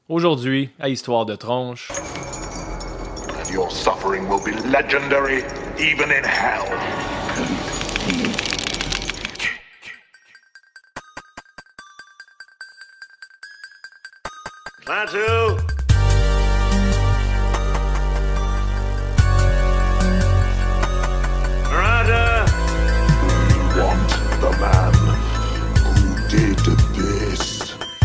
Aujourd'hui, à Histoire de tronche. And your suffering will be legendary even in hell. Klaatu! Murata! We want the man who did this.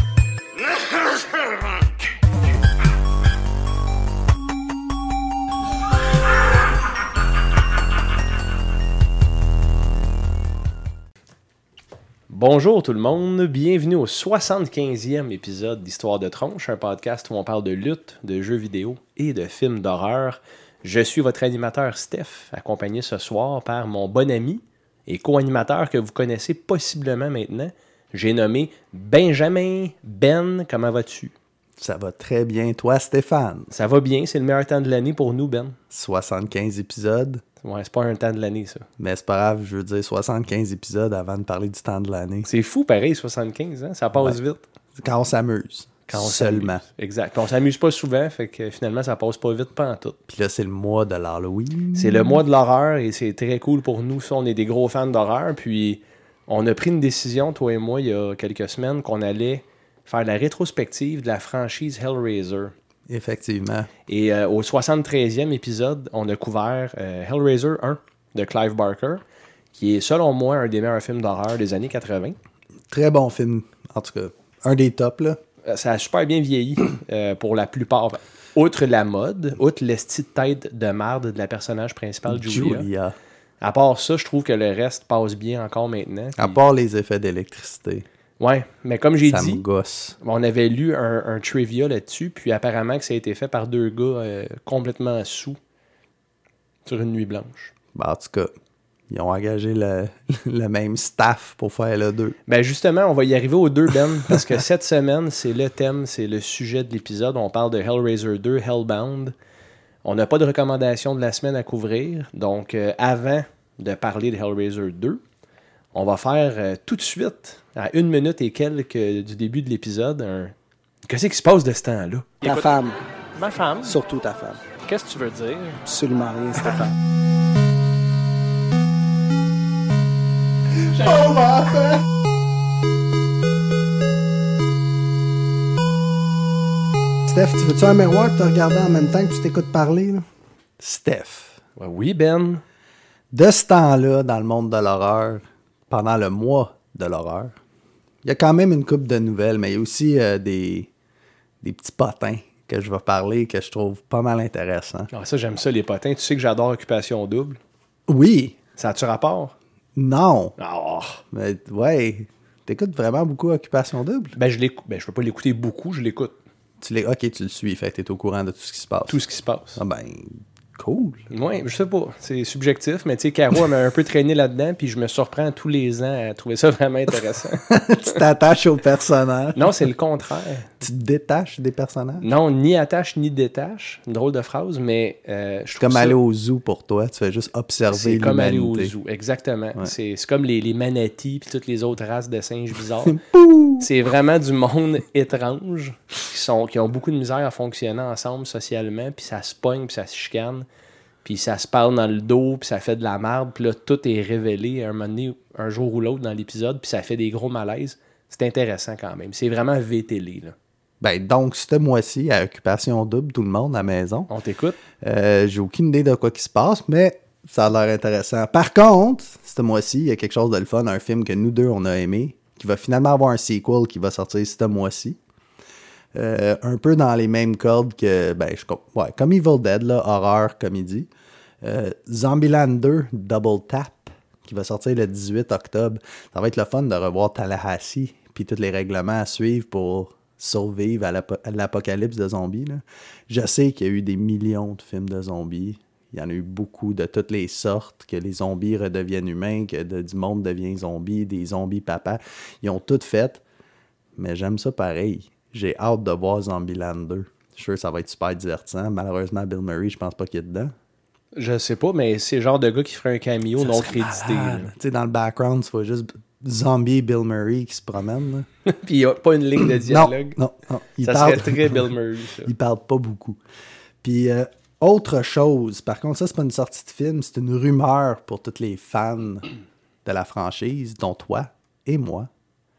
Bonjour tout le monde, bienvenue au 75e épisode d'Histoire de tronche, un podcast où on parle de lutte, de jeux vidéo et de films d'horreur. Je suis votre animateur Steph, accompagné ce soir par mon bon ami et co-animateur que vous connaissez possiblement maintenant. J'ai nommé Benjamin. Ben, comment vas-tu? Ça va très bien. Toi, Stéphane? Ça va bien, c'est le meilleur temps de l'année pour nous, Ben. 75 épisodes. Ouais, c'est pas un temps de l'année, ça. Mais c'est pas grave, je veux dire 75 épisodes avant de parler du temps de l'année. C'est fou, pareil, 75, hein? Ça passe vite. Quand on s'amuse. Quand on seulement. S'amuse. Exact. Puis on s'amuse pas souvent, fait que finalement, ça passe pas vite pantoute. Puis là, c'est le mois de l'Halloween. C'est le mois de l'horreur et c'est très cool pour nous. Ça, on est des gros fans d'horreur. Puis on a pris une décision, toi et moi, il y a quelques semaines, qu'on allait faire la rétrospective de la franchise Hellraiser. Effectivement. Et au 73e épisode, on a couvert Hellraiser 1 de Clive Barker, qui est, selon moi, un des meilleurs films d'horreur des années 80. Très bon film. En tout cas, un des tops, là. Ça a super bien vieilli pour la plupart. Outre la mode, outre l'esti de tête de marde de la personnage principale, Julia. À part ça, je trouve que le reste passe bien encore maintenant. Puis... À part les effets d'électricité. Ouais, mais comme j'ai ça dit, me gosse. On avait lu un trivia là-dessus, puis apparemment que ça a été fait par deux gars complètement sous sur une nuit blanche. Ben, en tout cas, ils ont engagé le même staff pour faire le 2. Ben justement, on va y arriver aux deux, Ben, parce que cette semaine, c'est le thème, c'est le sujet de l'épisode. On parle de Hellraiser 2, Hellbound. On n'a pas de recommandation de la semaine à couvrir, donc avant de parler de Hellraiser 2, on va faire tout de suite, à 1 minute et quelques du début de l'épisode, Qu'est-ce qui se passe de ce temps-là? Ta femme. Ma femme? Surtout ta femme. Qu'est-ce que tu veux dire? Absolument rien, Stéphane. Pauvre enfant! Steph, tu veux-tu un miroir et te regarder en même temps que tu t'écoutes parler? Là? Steph. Ouais, oui, Ben. De ce temps-là, dans le monde de l'horreur, pendant le mois de l'horreur, il y a quand même une couple de nouvelles, mais il y a aussi des petits potins que je vais parler que je trouve pas mal intéressants. Ah, ça, j'aime ça, les potins. Tu sais que j'adore Occupation Double. Oui. Ça a-tu rapport? Non. Oh. Mais ouais, t'écoutes vraiment beaucoup Occupation Double? Ben, je peux pas l'écouter beaucoup, je l'écoute. Ok, tu le suis, fait que t'es au courant de tout ce qui se passe. Tout ce qui se passe. Ah ben, cool. Oui, je sais pas. C'est subjectif, mais tu sais, Caro m'a un peu traîné là-dedans, puis je me surprends tous les ans à trouver ça vraiment intéressant. Tu t'attaches aux personnages. Non, c'est le contraire. Tu te détaches des personnages. Non, ni attache ni détache. Une drôle de phrase, mais je trouve comme ça... aller au zoo pour toi. Tu fais juste observer C'est l'humanité. comme aller au zoo, exactement. Ouais. C'est comme les manatis puis toutes les autres races de singes bizarres. C'est vraiment du monde étrange qui ont beaucoup de misère à fonctionner ensemble socialement, puis ça se pogne, puis ça se chicane, puis ça se parle dans le dos, puis ça fait de la merde, puis là, tout est révélé à un moment donné, un jour ou l'autre dans l'épisode, puis ça fait des gros malaises. C'est intéressant quand même. C'est vraiment V-télé, là. Ben, donc, ce mois-ci, à Occupation Double, tout le monde à la maison. On t'écoute? J'ai aucune idée de quoi qui se passe, mais ça a l'air intéressant. Par contre, ce mois-ci, il y a quelque chose de le fun, un film que nous deux, on a aimé, qui va finalement avoir un sequel qui va sortir ce mois-ci. Un peu dans les mêmes cordes que, comme Evil Dead, là, horreur, comédie. Zombieland 2, Double Tap, qui va sortir le 18 octobre. Ça va être le fun de revoir Tallahassee, puis tous les règlements à suivre pour survivre à l'apocalypse de zombies. Là. Je sais qu'il y a eu des millions de films de zombies. Il y en a eu beaucoup de toutes les sortes, que les zombies redeviennent humains, que du monde devient zombie, des zombies papa. Ils ont tout fait, mais j'aime ça pareil. J'ai hâte de voir Zombieland 2. Je suis sûr que ça va être super divertissant. Malheureusement, Bill Murray, je pense pas qu'il est dedans. Je sais pas, mais c'est le genre de gars qui ferait un cameo non crédité. Tu sais, dans le background, tu vas juste zombie Bill Murray qui se promène. Là. Puis il n'y a pas une ligne de dialogue. Non. Ça serait très Bill Murray, ça. Il parle pas beaucoup. Puis, autre chose, par contre, ça, c'est pas une sortie de film, c'est une rumeur pour tous les fans de la franchise, dont toi et moi.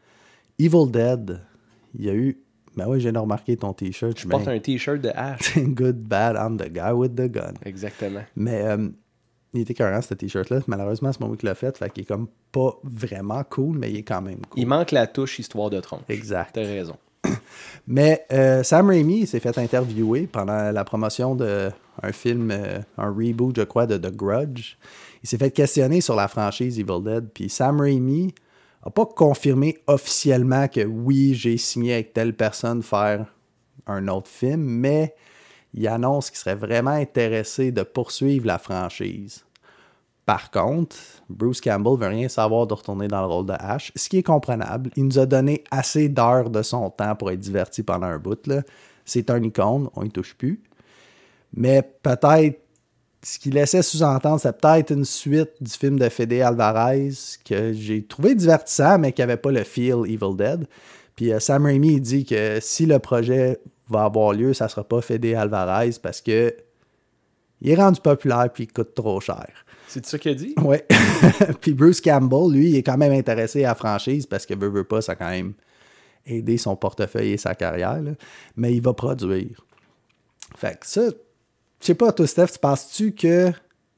Evil Dead, il y a eu... Ben oui, j'ai remarqué ton t-shirt. Je porte un t-shirt de Ash. Good, bad, I'm the guy with the gun. Exactement. Mais il était écœurant, ce t-shirt-là. Malheureusement, c'est moi qui l'ai fait qu'il est comme pas vraiment cool, mais il est quand même cool. Il manque la touche Histoire de tronche. Exact. T'as raison. Mais Sam Raimi s'est fait interviewer pendant la promotion d'un film, un reboot, je crois, de The Grudge. Il s'est fait questionner sur la franchise Evil Dead. Puis Sam Raimi n'a pas confirmé officiellement que oui, j'ai signé avec telle personne faire un autre film, mais il annonce qu'il serait vraiment intéressé de poursuivre la franchise. Par contre, Bruce Campbell veut rien savoir de retourner dans le rôle de Ash, ce qui est comprenable. Il nous a donné assez d'heures de son temps pour être diverti pendant un bout. Là. C'est un icône, on y touche plus. Mais peut-être, ce qu'il laissait sous-entendre, c'est peut-être une suite du film de Fede Alvarez que j'ai trouvé divertissant, mais qui n'avait pas le feel Evil Dead. Puis Sam Raimi il dit que si le projet va avoir lieu, ça ne sera pas Fede Alvarez parce que il est rendu populaire puis il coûte trop cher. C'est ça qu'il a dit? Oui. Puis Bruce Campbell, lui, il est quand même intéressé à la franchise parce que veut pas, ça a quand même aidé son portefeuille et sa carrière. Là. Mais il va produire. Fait que ça, je sais pas, toi, Steph, tu penses-tu que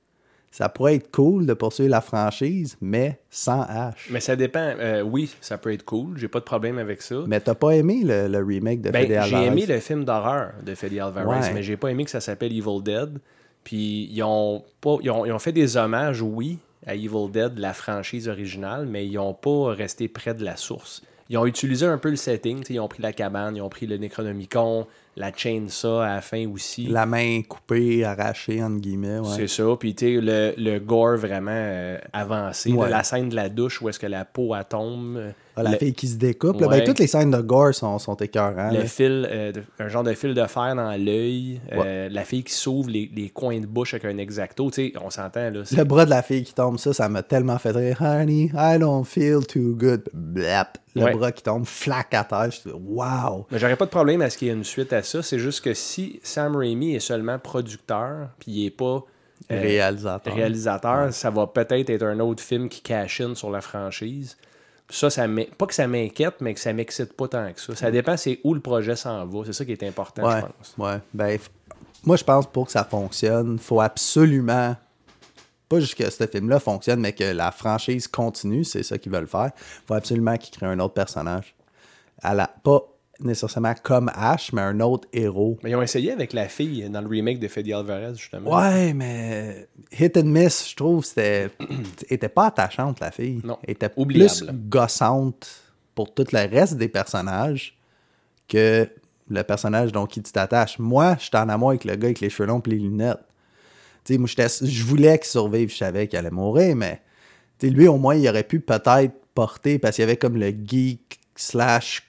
ça pourrait être cool de poursuivre la franchise, mais sans Ash? Mais ça dépend. Oui, ça peut être cool. J'ai pas de problème avec ça. Mais t'as pas aimé le remake de Fede Alvarez? J'ai aimé le film d'horreur de Fede Alvarez, ouais. mais j'ai pas aimé que ça s'appelle Evil Dead. Puis ils ont fait des hommages, oui, à Evil Dead, la franchise originale, mais ils ont pas resté près de la source. Ils ont utilisé un peu le setting, ils ont pris la cabane, ils ont pris le Necronomicon, la chainsaw à la fin aussi. La main coupée, arrachée, entre guillemets. Ouais. C'est ça. Puis tu sais, le gore vraiment avancé. Ouais. La scène de la douche où est-ce que la peau elle tombe. La fille qui se découpe. Là, Ouais. ben, toutes les scènes de gore sont écœurantes. Le fil, un genre de fil de fer dans l'œil. Ouais. La fille qui s'ouvre les coins de bouche avec un exacto. Tu sais, on s'entend là. Le bras de la fille qui tombe, ça m'a tellement fait rire. Honey, I don't feel too good. Blap. Le bras qui tombe, flac à terre. Je suis wow. Mais j'aurais pas de problème à ce qu'il y ait une suite à ça. C'est juste que si Sam Raimi est seulement producteur, puis il est pas réalisateur, ça va peut-être être un autre film qui cash in sur la franchise. Ça pas que ça m'inquiète, mais que ça m'excite pas tant que ça. Ça dépend c'est où le projet s'en va. C'est ça qui est important, je pense. Ouais. Ben, moi, je pense pour que ça fonctionne, faut absolument, pas juste que ce film-là fonctionne, mais que la franchise continue, c'est ça qu'ils veulent faire. Faut absolument qu'ils créent un autre personnage. Pas nécessairement comme Ash, mais un autre héros. Mais ils ont essayé avec la fille dans le remake de Fede Alvarez, justement. Ouais, mais hit and miss, je trouve, était pas attachante, la fille. Non, Elle était oubliable. plus gossante pour tout le reste des personnages que le personnage dont qui tu t'attaches. Moi, j'étais en amour avec le gars avec les cheveux longs et les lunettes. Tu sais, moi, je voulais qu'il survive, je savais qu'il allait mourir, mais tu sais, lui, au moins, il aurait pu peut-être porter, parce qu'il y avait comme le geek /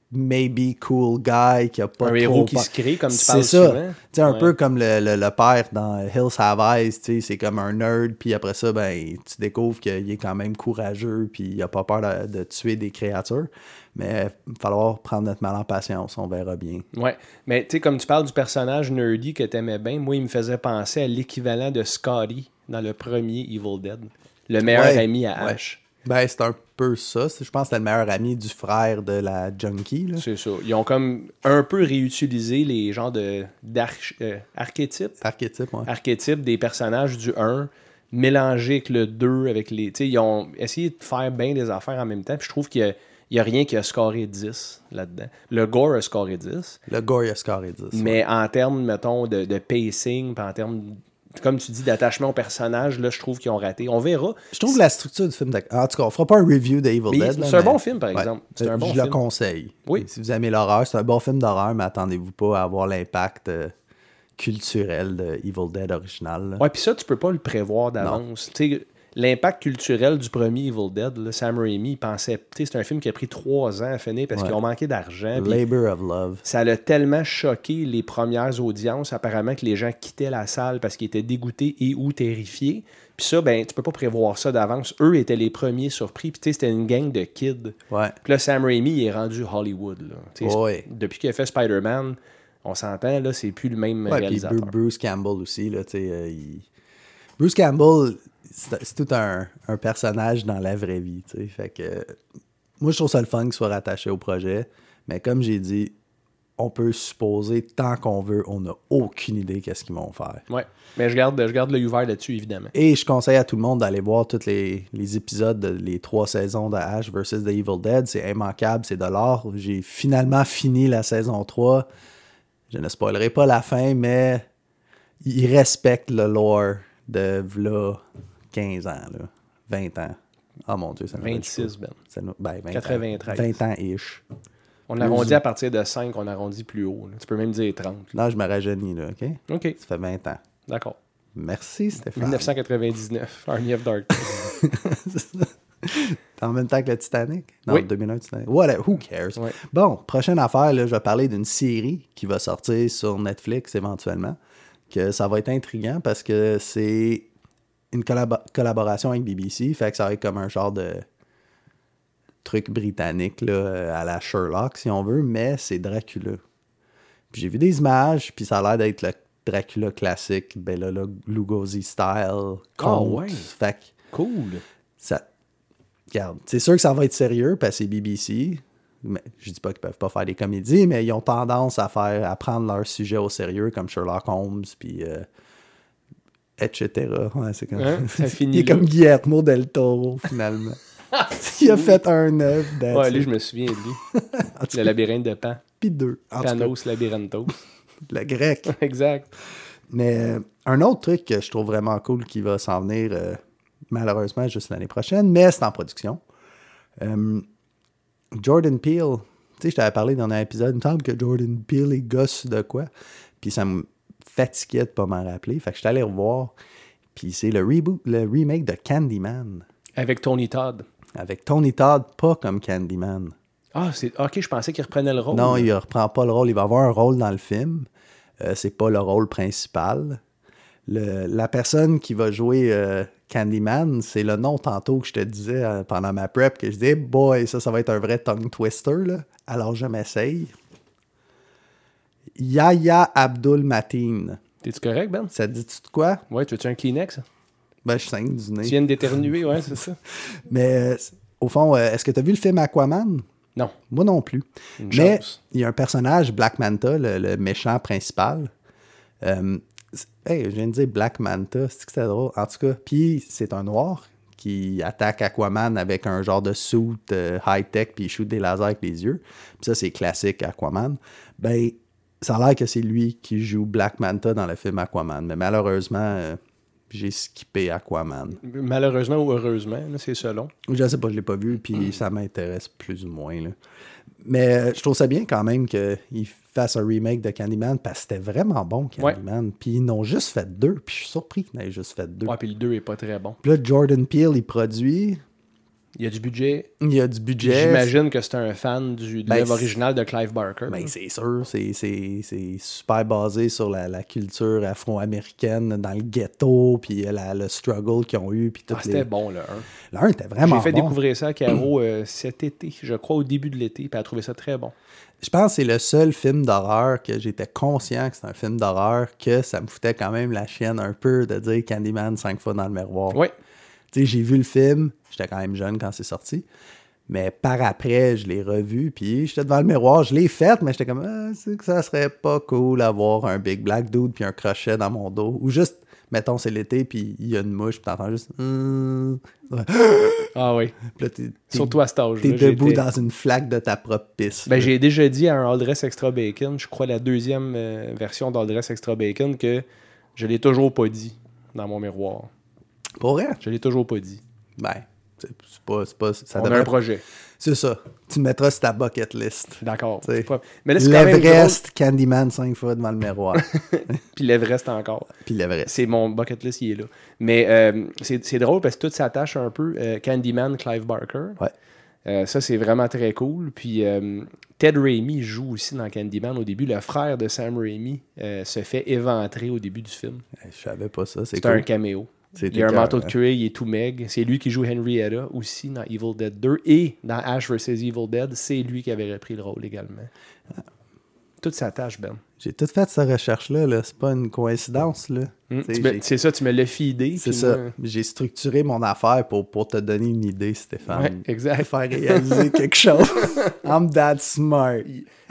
maybe cool guy qui a pas un trop... héros qui se crée, comme tu parles C'est ça. souvent. Tu sais, un peu comme le père dans Hills Have Eyes, tu sais, c'est comme un nerd, puis après ça, ben, tu découvres qu'il est quand même courageux, puis il a pas peur de tuer des créatures. Mais il va falloir prendre notre mal en patience, on verra bien. Ouais, mais tu sais, comme tu parles du personnage nerdy que t'aimais bien, moi, il me faisait penser à l'équivalent de Scotty dans le premier Evil Dead. Le meilleur ami à Ash. Ben, c'est un peu ça. Je pense que c'était le meilleur ami du frère de la junkie. Là. C'est ça. Ils ont comme un peu réutilisé les genres d'archétypes. Archétypes des personnages du 1, mélangés avec le 2, avec les... Tu sais, ils ont essayé de faire bien des affaires en même temps. Puis je trouve qu'il y a rien qui a scoré 10 là-dedans. Le gore a scoré 10. Le gore a scoré 10. Mais en termes, mettons, de pacing, puis en termes... Comme tu dis, d'attachement au personnage, là, je trouve qu'ils ont raté. On verra. Je trouve la structure du film... En tout cas, on fera pas un review de Evil Dead. C'est un bon film, par exemple. C'est un bon je film. le conseille. Oui. Si vous aimez l'horreur, c'est un bon film d'horreur, mais attendez-vous pas à avoir l'impact culturel de Evil Dead original. Ouais, puis ça, tu peux pas le prévoir d'avance. Tu sais, l'impact culturel du premier Evil Dead, là, Sam Raimi, il pensait... Tu sais, c'est un film qui a pris 3 ans à finir parce qu'ils ont manqué d'argent. Labor of Love. Ça l'a tellement choqué les premières audiences, apparemment, que les gens quittaient la salle parce qu'ils étaient dégoûtés et ou terrifiés. Puis ça, ben, tu peux pas prévoir ça d'avance. Eux étaient les premiers surpris. Puis tu sais, c'était une gang de kids. Ouais. Puis là, Sam Raimi, il est rendu Hollywood. Là. Ouais. Depuis qu'il a fait Spider-Man, on s'entend, là, c'est plus le même réalisateur. Puis Bruce Campbell aussi, là, tu sais, Bruce Campbell, c'est tout un personnage dans la vraie vie, tu sais. Fait que moi, je trouve ça le fun qu'il soit rattaché au projet. Mais comme j'ai dit, on peut supposer tant qu'on veut, on n'a aucune idée qu'est-ce qu'ils vont faire. Ouais, mais je garde l'œil ouvert là-dessus, évidemment. Et je conseille à tout le monde d'aller voir tous les épisodes les 3 saisons de Ash vs. The Evil Dead. C'est immanquable, c'est de l'art. J'ai finalement fini la saison 3. Je ne spoilerai pas la fin, mais ils respectent le lore de v'là 15 ans, là, 20 ans. Ah mon Dieu, ça me 26, Ben. 20 93. 20 ans-ish. On arrondit à partir de 5, on arrondit plus haut. Là. Tu peux même dire 30. Là, je me rajeunis, là, OK? OK. Ça fait 20 ans. D'accord. Merci, Stéphane. 1999, Army of Darkness. En même temps que le Titanic? Non, Oui. 2001 Titanic. Whatever, who cares? Ouais. Bon, prochaine affaire, là, je vais parler d'une série qui va sortir sur Netflix éventuellement. Que ça va être intriguant parce que c'est une collaboration avec BBC. Fait que ça va être comme un genre de truc britannique là, à la Sherlock, si on veut, mais c'est Dracula. Puis j'ai vu des images, puis ça a l'air d'être le Dracula classique, Bela Lugosi style, conte. ouais. Fait que Cool. ça... Regarde, c'est sûr que ça va être sérieux parce que c'est BBC. Mais je dis pas qu'ils peuvent pas faire des comédies, mais ils ont tendance à prendre leur sujet au sérieux, comme Sherlock Holmes, puis etc. Ouais, c'est comme... Ça finit Il est là. comme Guillermo del Toro, finalement. Il a fait un œuvre Ouais, lui, je me souviens de lui. Le labyrinthe de Pan. Puis 2. En tout cas, Panos Labyrinthos. le grec. Exact. Mais un autre truc que je trouve vraiment cool qui va s'en venir, malheureusement, juste l'année prochaine, mais c'est en production. Jordan Peele, tu sais, je t'avais parlé dans un épisode, il me semble que Jordan Peele est gosse de quoi, puis ça me fatiguait de pas m'en rappeler, fait que je suis allé revoir, puis c'est le remake de Candyman, Avec Tony Todd. avec Tony Todd, pas comme Candyman. Ah, ok, je pensais qu'il reprenait le rôle. Non, il reprend pas le rôle, il va avoir un rôle dans le film, c'est pas le rôle principal. La personne qui va jouer Candyman, c'est le nom tantôt que je te disais pendant ma prep, que je disais, boy, ça va être un vrai tongue twister, là. Alors je m'essaye. Yahya Abdul Mateen. T'es-tu correct, Ben? Ça te dit-tu de quoi? Ouais, tu veux-tu un Kleenex? Ben, je saigne du Tu nez. viens d'éternuer, ouais, c'est ça. Mais au fond, est-ce que tu as vu le film Aquaman? Non. Moi non plus. Une Mais chance. il y a un personnage, Black Manta, le méchant principal. Hey, je viens de dire Black Manta, c'est que c'était drôle. En tout cas, puis c'est un noir qui attaque Aquaman avec un genre de suit high-tech, puis il shoot des lasers avec les yeux. Puis ça, c'est classique Aquaman. Ben, ça a l'air que c'est lui qui joue Black Manta dans le film Aquaman. Mais malheureusement, j'ai skippé Aquaman. Malheureusement ou heureusement, là, c'est selon. Je sais pas, je l'ai pas vu, puis ça m'intéresse plus ou moins, là. Mais je trouve ça bien quand même qu'ils fassent un remake de Candyman, parce que c'était vraiment bon, Candyman. Ouais. Puis ils n'ont juste fait 2, puis je suis surpris qu'ils n'aient juste fait 2. Ouais, puis le 2 est pas très bon. Puis là, Jordan Peele, il produit... Il y a du budget. Il y a du budget. J'imagine que c'est un fan de l'œuvre originale de Clive Barker. Ben, c'est sûr, c'est super basé sur la culture afro-américaine dans le ghetto, puis le struggle qu'ils ont eu. Puis c'était bon, le 1. Le 1 était vraiment bon. J'ai fait découvrir ça à Caro cet été, je crois, au début de l'été, puis elle a trouvé ça très bon. Je pense que c'est le seul film d'horreur que j'étais conscient que c'était un film d'horreur, que ça me foutait quand même la chienne un peu de dire Candyman 5 fois dans le miroir. Oui. Tu sais, j'ai vu le film, j'étais quand même jeune quand c'est sorti, mais par après, je l'ai revu, puis j'étais devant le miroir, je l'ai fait, mais j'étais comme, c'est que ça serait pas cool d'avoir un big black dude puis un crochet dans mon dos, ou juste, mettons, c'est l'été, puis il y a une mouche, puis t'entends juste, Ah oui. Puis là, surtout à cet âge-là. T'es debout dans une flaque de ta propre pisse. Ben, j'ai déjà dit à un All Dress Extra Bacon, je crois la deuxième version d'All Dress Extra Bacon, que je l'ai toujours pas dit dans mon miroir. Pour vrai? Je l'ai toujours pas dit. Ben, C'est pas, ça On a devrait- un projet. C'est ça. Tu mettras sur ta bucket list. D'accord. T'sais, Mais là, c'est quand même drôle. L'Everest, Candyman 5 fois devant le miroir. Puis l'Everest encore. Puis l'Everest. C'est mon bucket list, il est là. Mais c'est drôle parce que tout s'attache un peu. Candyman, Clive Barker. Ouais. Ça, c'est vraiment très cool. Puis Ted Raimi joue aussi dans Candyman au début. Le frère de Sam Raimi se fait éventrer au début du film. Je savais pas ça. C'est C'est cool. un caméo. C'est Il a un écœurant. manteau de cuir, il est tout maigre. C'est lui qui joue Henrietta aussi dans Evil Dead 2. Et dans Ash vs. Evil Dead, c'est lui qui avait repris le rôle également. Tout s'attache, Ben. J'ai tout fait cette recherche-là. Là. C'est pas une coïncidence. Là. T'sais, j'ai- C'est ça, tu me l'as feedé. C'est puis ça. moi- J'ai structuré mon affaire pour te donner une idée, Stéphane. Ouais, exact. Faire réaliser quelque chose. I'm that smart.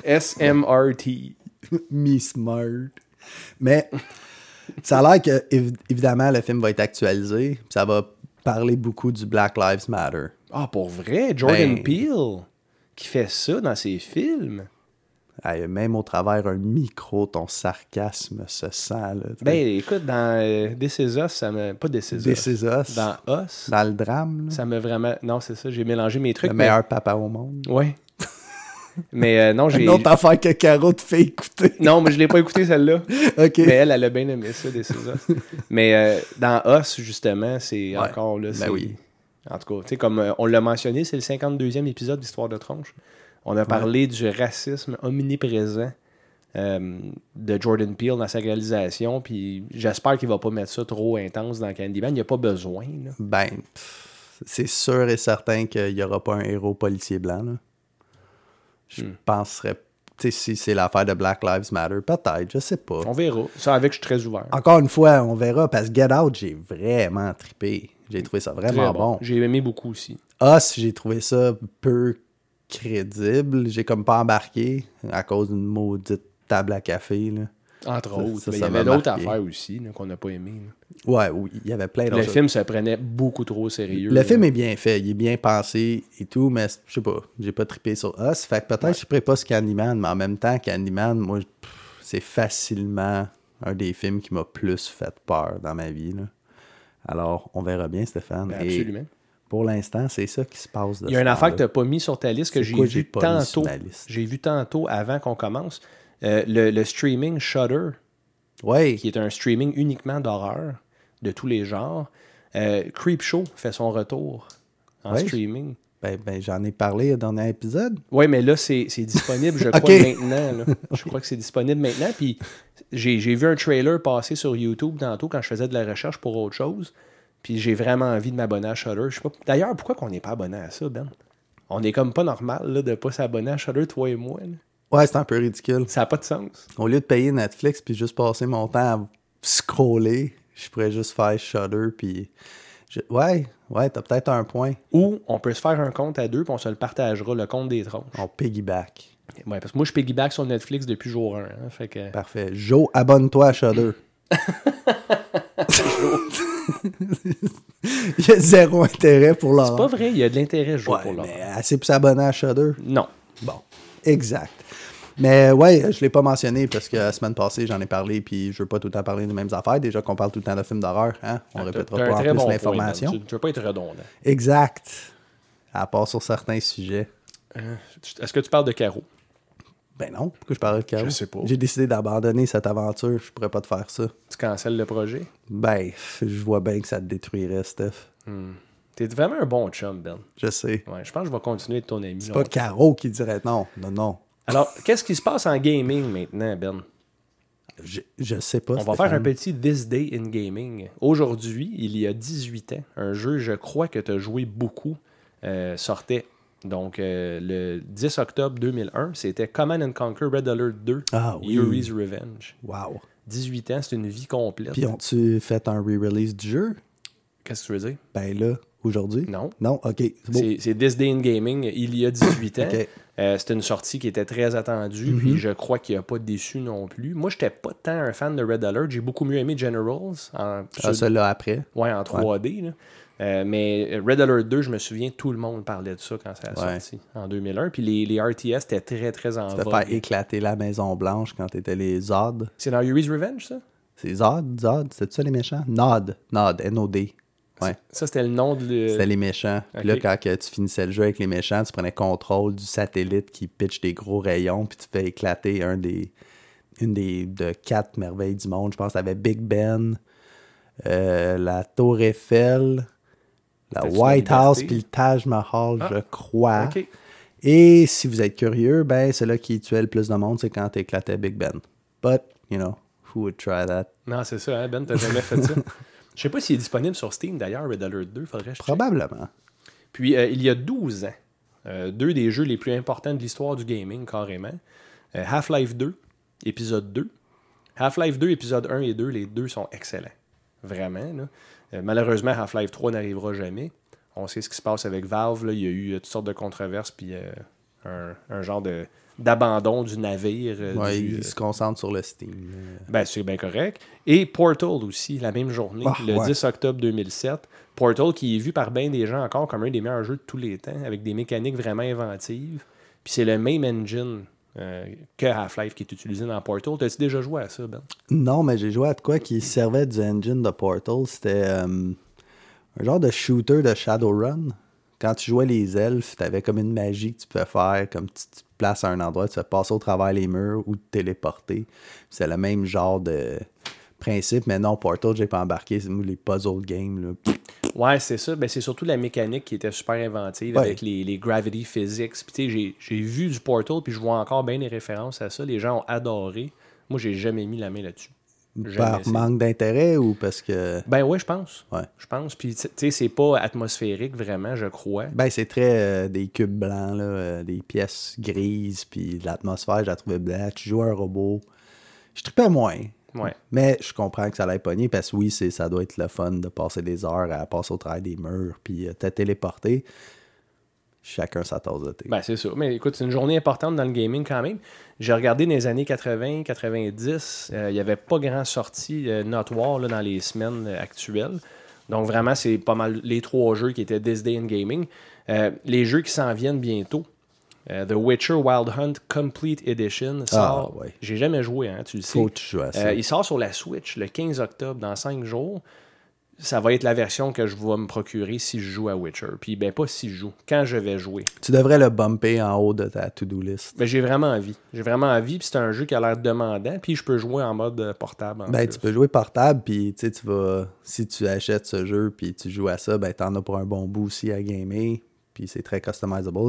SMRT. Me smart. Mais ça a l'air que, évidemment, le film va être actualisé. Puis ça va parler beaucoup du Black Lives Matter. Ah, pour vrai? Jordan Ben- Peele qui fait ça dans ses films? Hey, même au travers un micro, ton sarcasme se sent. Là, t'sais. Ben, écoute, dans This Is Us, ça me... Pas This Is Us. This is Us. Dans Us, Dans le drame. Là. ça me vraiment... Non, c'est ça, j'ai mélangé mes trucs. Le mais- meilleur papa au monde. Ouais. Mais non, j'ai... Une autre affaire que Caro te fait écouter. Non, mais je l'ai pas écouté celle-là. OK. Mais elle a bien aimé ça, This Is Us. Mais dans Us, justement, c'est encore là. ben c'est- oui. En tout cas, tu sais, comme on l'a mentionné, c'est le 52e épisode d'Histoire de Tronche. On a parlé du racisme omniprésent de Jordan Peele dans sa réalisation. Puis j'espère qu'il va pas mettre ça trop intense dans Candyman. Il n'y a pas besoin. Là. Ben, c'est sûr et certain qu'il n'y aura pas un héros policier blanc. Là. Je penserais, tu sais, si c'est l'affaire de Black Lives Matter, peut-être, je sais pas. On verra. Ça, avec, je suis très ouvert. Encore une fois, on verra, parce que Get Out, j'ai vraiment trippé. J'ai trouvé ça vraiment Très bon. J'ai aimé beaucoup aussi. Us, j'ai trouvé ça peu crédible. J'ai comme pas embarqué à cause d'une maudite table à café. Là. Entre autres. ça Mais il y avait m'a d'autres marqué. affaires aussi là, qu'on n'a pas aimées. là. Ouais, oui, il y avait plein Le d'autres. film se prenait beaucoup trop au sérieux. Le film là. est bien fait, il est bien pensé et tout, mais je sais pas, j'ai pas trippé sur Us. Fait que peut-être je triperai pas sur Candyman, mais en même temps, Candyman, moi, c'est facilement un des films qui m'a plus fait peur dans ma vie. Là. Alors, on verra bien, Stéphane. Ben, Et absolument. pour l'instant, c'est ça qui se passe. Il y a une affaire que tu n'as pas mis sur ta liste que C'est quoi j'ai j'ai vu pas mis sur tantôt. ma liste? J'ai vu tantôt avant qu'on commence. Le streaming Shudder, Oui, qui est un streaming uniquement d'horreur de tous les genres. Creepshow fait son retour en Ouais. streaming. ben, j'en ai parlé dans le dernier épisode. Oui, mais là, c'est disponible, je crois, Ok. maintenant. Là. Je crois que c'est disponible maintenant. Puis j'ai vu un trailer passer sur YouTube tantôt quand je faisais de la recherche pour autre chose. Puis j'ai vraiment envie de m'abonner à Shudder. Je sais pas. D'ailleurs, pourquoi qu'on n'est pas abonné à ça, Ben? On est comme pas normal là, de pas s'abonner à Shudder, toi et moi. Là. Ouais, c'est un peu ridicule. Ça n'a pas de sens. Au lieu de payer Netflix puis juste passer mon temps à scroller, je pourrais juste faire Shudder puis... Ouais, t'as peut-être un point. Ou on peut se faire un compte à deux puis on se le partagera, le compte des tronches. On piggyback. Ouais, parce que moi, je piggyback sur Netflix depuis jour 1. Hein, fait que... Parfait. Joe, abonne-toi à Shudder. Il y a zéro intérêt pour C'est l'horreur. pas vrai, il y a de l'intérêt, je joue Ouais, pour l'horreur. mais assez pour s'abonner à Shudder. Non. Bon, exact. Mais ouais, je l'ai pas mentionné parce que la semaine passée, j'en ai parlé puis je veux pas tout le temps parler des mêmes affaires. Déjà qu'on parle tout le temps de films d'horreur, hein? On répétera T'as pas un en très plus bon point, l'information. Ben. Tu veux pas être redondant. Exact. À part sur certains sujets. Est-ce que tu parles de Caro? Ben non, pourquoi je parlais de Caro? Je sais pas. J'ai décidé d'abandonner cette aventure, je pourrais pas te faire ça. Tu cancelles le projet? Ben, je vois bien que ça te détruirait, Steph. T'es vraiment un bon chum, Ben. Je sais. Ouais, je pense que je vais continuer de ton ami. C'est pas Caro qui dirait non. Non. Alors, qu'est-ce qui se passe en gaming maintenant, Ben? Je sais pas. On va faire un petit This Day in Gaming. Aujourd'hui, il y a 18 ans, un jeu, je crois que tu as joué beaucoup, sortait. Donc, le 10 octobre 2001, c'était Command & Conquer Red Alert 2, Ah oui. Yuri's Revenge. Wow. 18 ans, c'est une vie complète. Puis ont-tu fait un re-release du jeu? Qu'est-ce que tu veux dire? Ben là, aujourd'hui? Non. Non? OK. C'est beau. C'est This Day in Gaming, il y a 18 ans. OK. C'était une sortie qui était très attendue, puis je crois qu'il n'a pas déçu non plus. Moi, j'étais pas tant un fan de Red Alert. J'ai beaucoup mieux aimé Generals. Celui-là après. Ouais, en 3D. Là. Mais Red Alert 2, je me souviens, tout le monde parlait de ça quand ça a sorti en 2001. Puis les RTS étaient très, très en Tu peux vogue. faire éclater la Maison-Blanche quand t'étais les Zod. C'est dans Yuri's Revenge, ça? C'est Zod? C'était ça les méchants? Nod, N-O-D. Ouais. Ça, c'était le nom de... C'était les méchants. Puis là, Ok. quand que tu finissais le jeu avec les méchants, tu prenais contrôle du satellite qui pitch des gros rayons, puis tu fais éclater une de 4 merveilles du monde. Je pense que t'avais Big Ben, la Tour Eiffel, la T'as-tu White la House, liberté? puis le Taj Mahal, Ah. je crois. OK. Et si vous êtes curieux, ben c'est là qui tuait le plus de monde, c'est quand t'éclatais Big Ben. But, you know, who would try that? Non, c'est ça, hein, Ben, t'as jamais fait ça. Je sais pas s'il est disponible sur Steam, d'ailleurs, Red Alert 2, faudrait que je check. Probablement. Puis, il y a 12 ans, deux des jeux les plus importants de l'histoire du gaming, carrément. Half-Life 2, épisode 2. Half-Life 2, épisode 1 et 2, les deux sont excellents. Vraiment, là. Malheureusement, Half-Life 3 n'arrivera jamais. On sait ce qui se passe avec Valve, là. Il y a eu toutes sortes de controverses, puis un genre d'abandon du navire. Ouais, il se concentre sur le Steam. Ben, c'est bien correct. Et Portal aussi, la même journée, Ah, le ouais. 10 octobre 2007. Portal qui est vu par bien des gens encore comme un des meilleurs jeux de tous les temps, avec des mécaniques vraiment inventives. Puis c'est le même engine que Half-Life qui est utilisé dans Portal. T'as-tu déjà joué à ça, Ben? Non, mais j'ai joué à de quoi qui servait du engine de Portal. C'était un genre de shooter de Shadowrun. Quand tu jouais les elfes, t'avais comme une magie que tu pouvais faire, comme tu te places à un endroit, tu fais passer au travers les murs ou te téléporter. C'est le même genre de principe, mais non, Portal, j'ai pas embarqué. C'est les puzzle games, là. Ouais, c'est ça. Ben, c'est surtout la mécanique qui était super inventive Ouais. avec les gravity physics. Puis tu sais, j'ai vu du Portal, puis je vois encore bien les références à ça. Les gens ont adoré. Moi, j'ai jamais mis la main là-dessus. Jamais Par essayé. manque d'intérêt ou parce que... Ben ouais, je pense. Ouais. Je pense. Puis tu sais, c'est pas atmosphérique vraiment, je crois. Ben, c'est très des cubes blancs, là, des pièces grises, puis l'atmosphère, je la trouvais blanche. Tu joues un robot. Je trippais moins. Ouais. Mais je comprends que ça allait pogner parce que oui, ça doit être le fun de passer des heures à passer au travers des murs puis te téléporter. Chacun sa tasse de thé. Ben, c'est ça. Mais écoute, c'est une journée importante dans le gaming quand même. J'ai regardé dans les années 80, 90, il n'y avait pas grand sortie notoire là, dans les semaines actuelles. Donc vraiment, c'est pas mal les 3 jeux qui étaient This Day in Gaming. Les jeux qui s'en viennent bientôt. The Witcher Wild Hunt Complete Edition sort. ouais. J'ai jamais joué, hein, tu le sais. Faut que tu joues à ça. Il sort sur la Switch le 15 octobre, dans 5 jours. Ça va être la version que je vais me procurer si je joue à Witcher. Puis, ben, pas si je joue, quand je vais jouer. Tu devrais le bumper en haut de ta to-do list. Ben, j'ai vraiment envie. J'ai vraiment envie, puis c'est un jeu qui a l'air demandant, puis je peux jouer en mode portable. En Ben, plus. tu peux jouer portable, puis tu sais, tu vas... Si tu achètes ce jeu, puis tu joues à ça, ben, t'en as pour un bon bout aussi à gamer, puis c'est très customizable.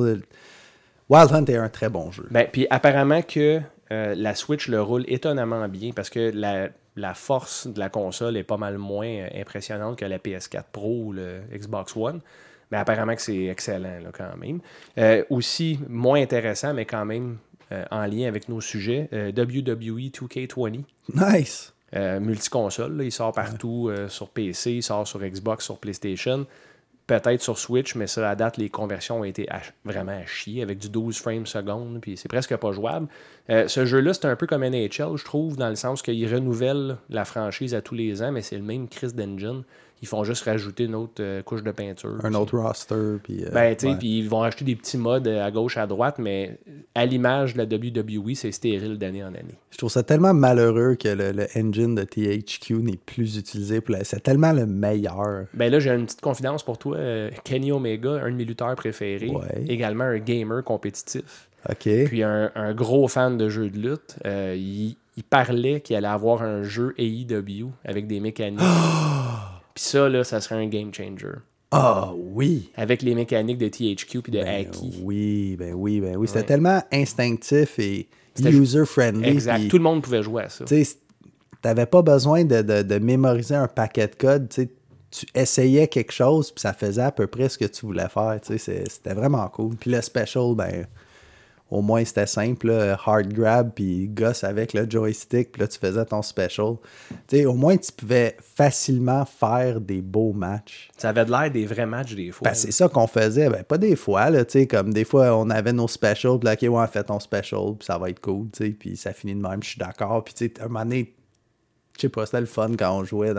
Wild Hunt est un très bon jeu. Ben, puis apparemment que la Switch le roule étonnamment bien, parce que la force de la console est pas mal moins impressionnante que la PS4 Pro ou le Xbox One. Mais apparemment que c'est excellent là, quand même. Aussi, moins intéressant, mais quand même en lien avec nos sujets, WWE 2K20. Nice! Multiconsole, là, il sort partout sur PC, il sort sur Xbox, sur PlayStation, peut-être sur Switch, mais ça, à date, les conversions ont été vraiment à chier avec du 12 frames secondes, puis c'est presque pas jouable. Ce jeu-là, c'est un peu comme NHL, je trouve, dans le sens qu'il renouvelle la franchise à tous les ans, mais c'est le même Chris d'engine. Ils font juste rajouter une autre couche de peinture. Un autre roster, puis... Ben, tu sais, ouais. puis ils vont rajouter des petits modes à gauche, à droite, mais à l'image de la WWE, c'est stérile d'année en année. Je trouve ça tellement malheureux que le engine de THQ n'est plus utilisé. C'est tellement le meilleur. Ben là, j'ai une petite confidence pour toi. Kenny Omega, un de mes lutteurs préférés, Ouais. également un gamer compétitif, OK. puis un gros fan de jeux de lutte. Il parlait qu'il allait avoir un jeu AEW avec des mécaniques. Puis ça, là, ça serait un game changer. Ah oui! Avec les mécaniques de THQ puis de Ben Aki. oui, ben oui, ben oui. C'était Ouais. tellement instinctif et C'était user-friendly. Exact. puis, Tout le monde pouvait jouer à ça. tu sais, t'avais pas besoin de mémoriser un paquet de code. Tu sais, tu essayais quelque chose, puis ça faisait à peu près ce que tu voulais faire. Tu sais, c'était vraiment cool. Puis le special, ben, au moins c'était simple. Là, hard grab, puis gosse avec le joystick, puis là, tu faisais ton special. Tu sais, au moins, tu pouvais facilement faire des beaux matchs. Ça avait de l'air des vrais matchs des fois. Ben, c'est ça qu'on faisait. Ben, pas des fois, là, tu sais, comme des fois, on avait nos specials, puis là, OK, ouais, fais ton special, puis ça va être cool, tu sais, puis ça finit de même, je suis d'accord. Puis, tu sais, un moment donné, je sais pas, c'était le fun quand on jouait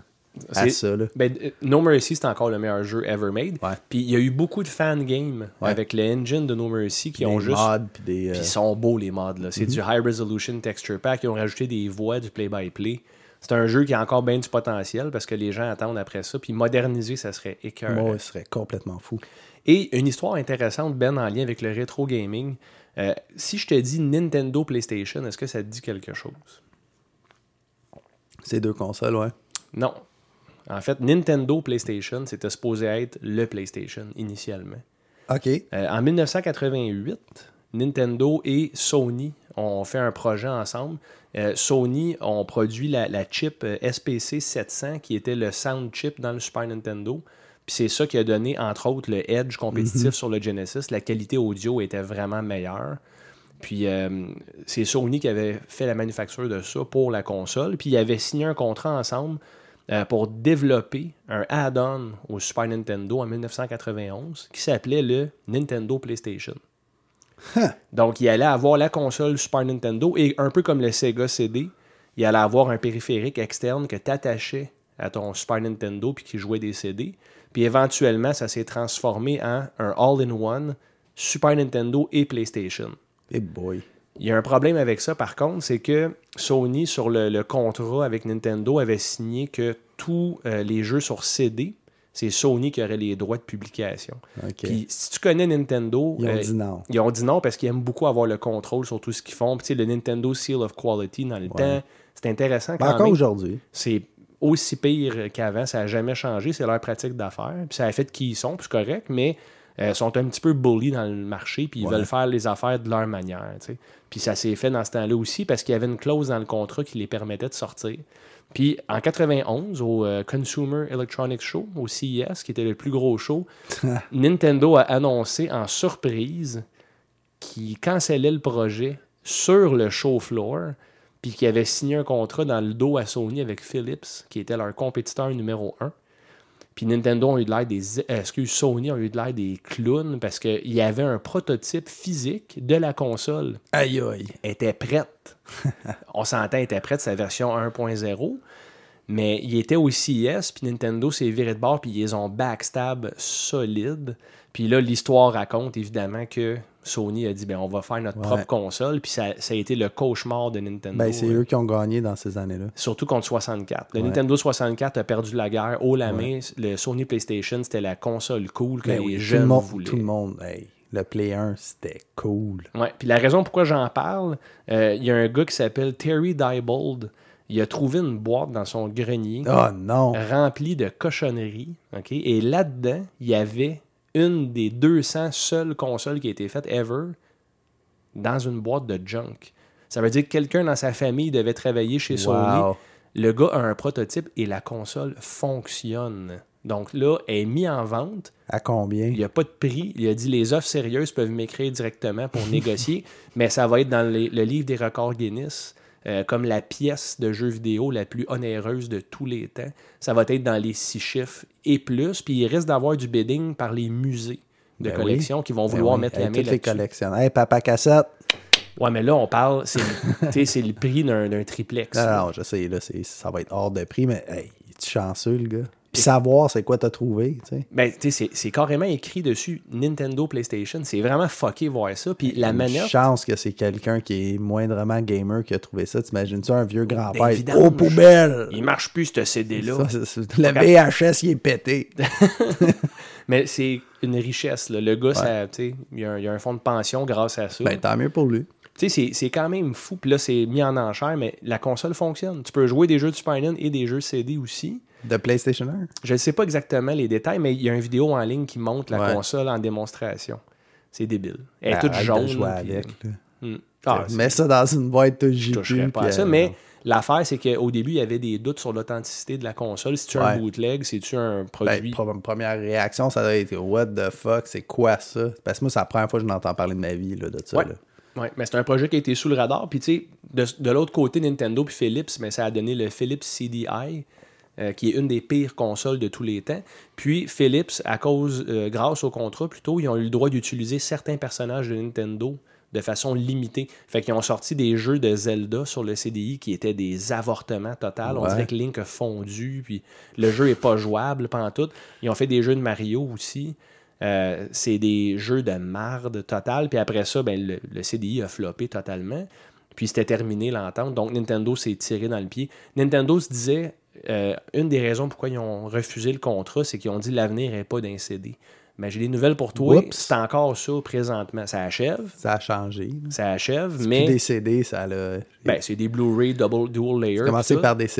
à ça, là. Ben, No Mercy, c'est encore le meilleur jeu ever made. Ouais. Puis il y a eu beaucoup de fan games Ouais. avec le engine de No Mercy qui Des ont juste... mods, puis des... Puis ils sont beaux, les mods. Là. C'est du High Resolution Texture Pack. Ils ont rajouté des voix, du play-by-play. C'est un jeu qui a encore bien du potentiel parce que les gens attendent après ça. Puis moderniser, ça serait écœurant. Moi, ce serait complètement fou. Et une histoire intéressante, Ben, en lien avec le rétro gaming. Si je te dis Nintendo PlayStation, est-ce que ça te dit quelque chose? Ces deux consoles, ouais. Non. En fait, Nintendo PlayStation, c'était supposé être le PlayStation initialement. OK. En 1988, Nintendo et Sony ont fait un projet ensemble. Sony ont produit la chip SPC 700 qui était le sound chip dans le Super Nintendo. Puis c'est ça qui a donné, entre autres, le edge compétitif sur le Genesis. La qualité audio était vraiment meilleure. Puis c'est Sony qui avait fait la manufacture de ça pour la console. Puis ils avaient signé un contrat ensemble pour développer un add-on au Super Nintendo en 1991 qui s'appelait le Nintendo PlayStation. Donc, il allait avoir la console Super Nintendo et un peu comme le Sega CD, il allait avoir un périphérique externe que tu attachais à ton Super Nintendo puis qui jouait des CD. Puis éventuellement, ça s'est transformé en un all-in-one Super Nintendo et PlayStation. Hey boy. Il y a un problème avec ça, par contre, c'est que Sony, sur le contrat avec Nintendo, avait signé que tous les jeux sur CD, c'est Sony qui aurait les droits de publication. Okay. Puis si tu connais Nintendo... Ils ont dit non. Ils ont dit non parce qu'ils aiment beaucoup avoir le contrôle sur tout ce qu'ils font. Puis tu sais, le Nintendo Seal of Quality, dans le temps, c'est intéressant quand encore même. aujourd'hui. C'est aussi pire qu'avant, ça n'a jamais changé, c'est leur pratique d'affaires. Puis ça a fait qui ils sont, puis c'est correct, mais sont un petit peu bully dans le marché, puis ils veulent faire les affaires de leur manière. T'sais. Puis ça s'est fait dans ce temps-là aussi parce qu'il y avait une clause dans le contrat qui les permettait de sortir. Puis en 91, au Consumer Electronics Show, au CES, qui était le plus gros show, Nintendo a annoncé en surprise qu'il cancellait le projet sur le show floor, puis qu'il avait signé un contrat dans le dos à Sony avec Philips, qui était leur compétiteur numéro 1. Puis Nintendo a eu de l'air Sony a eu de l'air des clowns parce qu'il y avait un prototype physique de la console. Aïe aïe. Elle était prête. On s'entend, elle était prête, sa version 1.0. Mais il était au CES, puis Nintendo s'est viré de bord, puis ils ont backstab solide. Puis là, l'histoire raconte évidemment que Sony a dit on va faire notre propre console, puis ça a été le cauchemar de Nintendo. C'est eux qui ont gagné dans ces années-là. Surtout contre 64. Le Nintendo 64 a perdu la guerre haut la main. Le Sony PlayStation, c'était la console cool que les jeunes voulaient. Tout le monde, le Play 1, c'était cool. Ouais. Puis la raison pourquoi j'en parle, il y a un gars qui s'appelle Terry Diebold. Il a trouvé une boîte dans son grenier remplie de cochonneries. Okay? Et là-dedans, il y avait une des 200 seules consoles qui a été faite ever dans une boîte de junk. Ça veut dire que quelqu'un dans sa famille devait travailler chez Sony. Le gars a un prototype et la console fonctionne. Donc là, elle est mise en vente. À combien? Il n'y a pas de prix. Il a dit les offres sérieuses peuvent m'écrire directement pour négocier, mais ça va être dans le livre des records Guinness. Comme la pièce de jeu vidéo la plus onéreuse de tous les temps. Ça va être dans les 6 chiffres et plus. Puis il risque d'avoir du bidding par les musées de collection qui vont vouloir mettre la main là-dessus. Toutes les collections. Hey, Papa Cassette! Ouais, mais là, on parle, c'est le prix d'un triplex. Non, je sais, là, ça va être hors de prix, mais hey, es-tu chanceux, le gars? Puis savoir c'est quoi t'as trouvé, tu sais. Ben, tu sais, c'est carrément écrit dessus Nintendo PlayStation. C'est vraiment fucké voir ça. Puis la manette. Chance que c'est quelqu'un qui est moindrement gamer qui a trouvé ça. T'imagines-tu un vieux grand-père? Oh, poubelle! Il marche plus, ce CD-là. Le VHS, il est pété. Mais c'est une richesse, là. Le gars, il y a un fonds de pension grâce à ça. Ben, tant mieux pour lui. Tu sais, c'est quand même fou. Puis là, c'est mis en enchère, mais la console fonctionne. Tu peux jouer des jeux de Super Nintendo et des jeux CD aussi. De PlayStation 1? Je ne sais pas exactement les détails, mais il y a une vidéo en ligne qui montre la console en démonstration. C'est débile. Elle est toute jaune. Jouer avec, mets ça dans une boîte de Je toucherais pas à ça, mais l'affaire, c'est qu'au début, il y avait des doutes sur l'authenticité de la console. Si tu as un bootleg, si tu as un produit... Première réaction, ça doit être « What the fuck? C'est quoi ça? » Parce que moi, c'est la première fois que je n'entends parler de ma vie là, de ça. Ouais. Oui, mais c'est un projet qui a été sous le radar. Puis, tu sais, de l'autre côté, Nintendo puis Philips, mais ça a donné le Philips CDI, qui est une des pires consoles de tous les temps. Puis, Philips, grâce au contrat, plutôt, ils ont eu le droit d'utiliser certains personnages de Nintendo de façon limitée. Fait qu'ils ont sorti des jeux de Zelda sur le CDI qui étaient des avortements total. On dirait que Link a fondu, puis le jeu est pas jouable pantoute. Ils ont fait des jeux de Mario aussi. C'est des jeux de marde totale. Puis après ça, le CDI a floppé totalement. Puis c'était terminé l'entente. Donc Nintendo s'est tiré dans le pied. Nintendo se disait, une des raisons pourquoi ils ont refusé le contrat, c'est qu'ils ont dit l'avenir n'est pas d'un CD. Mais j'ai des nouvelles pour toi. Oups. C'est encore ça présentement. Ça achève. Ça a changé. Ça achève, C'est mais plus des CD, ça l'a... c'est des Blu-ray dual layer. C'est commencé tout ça. par des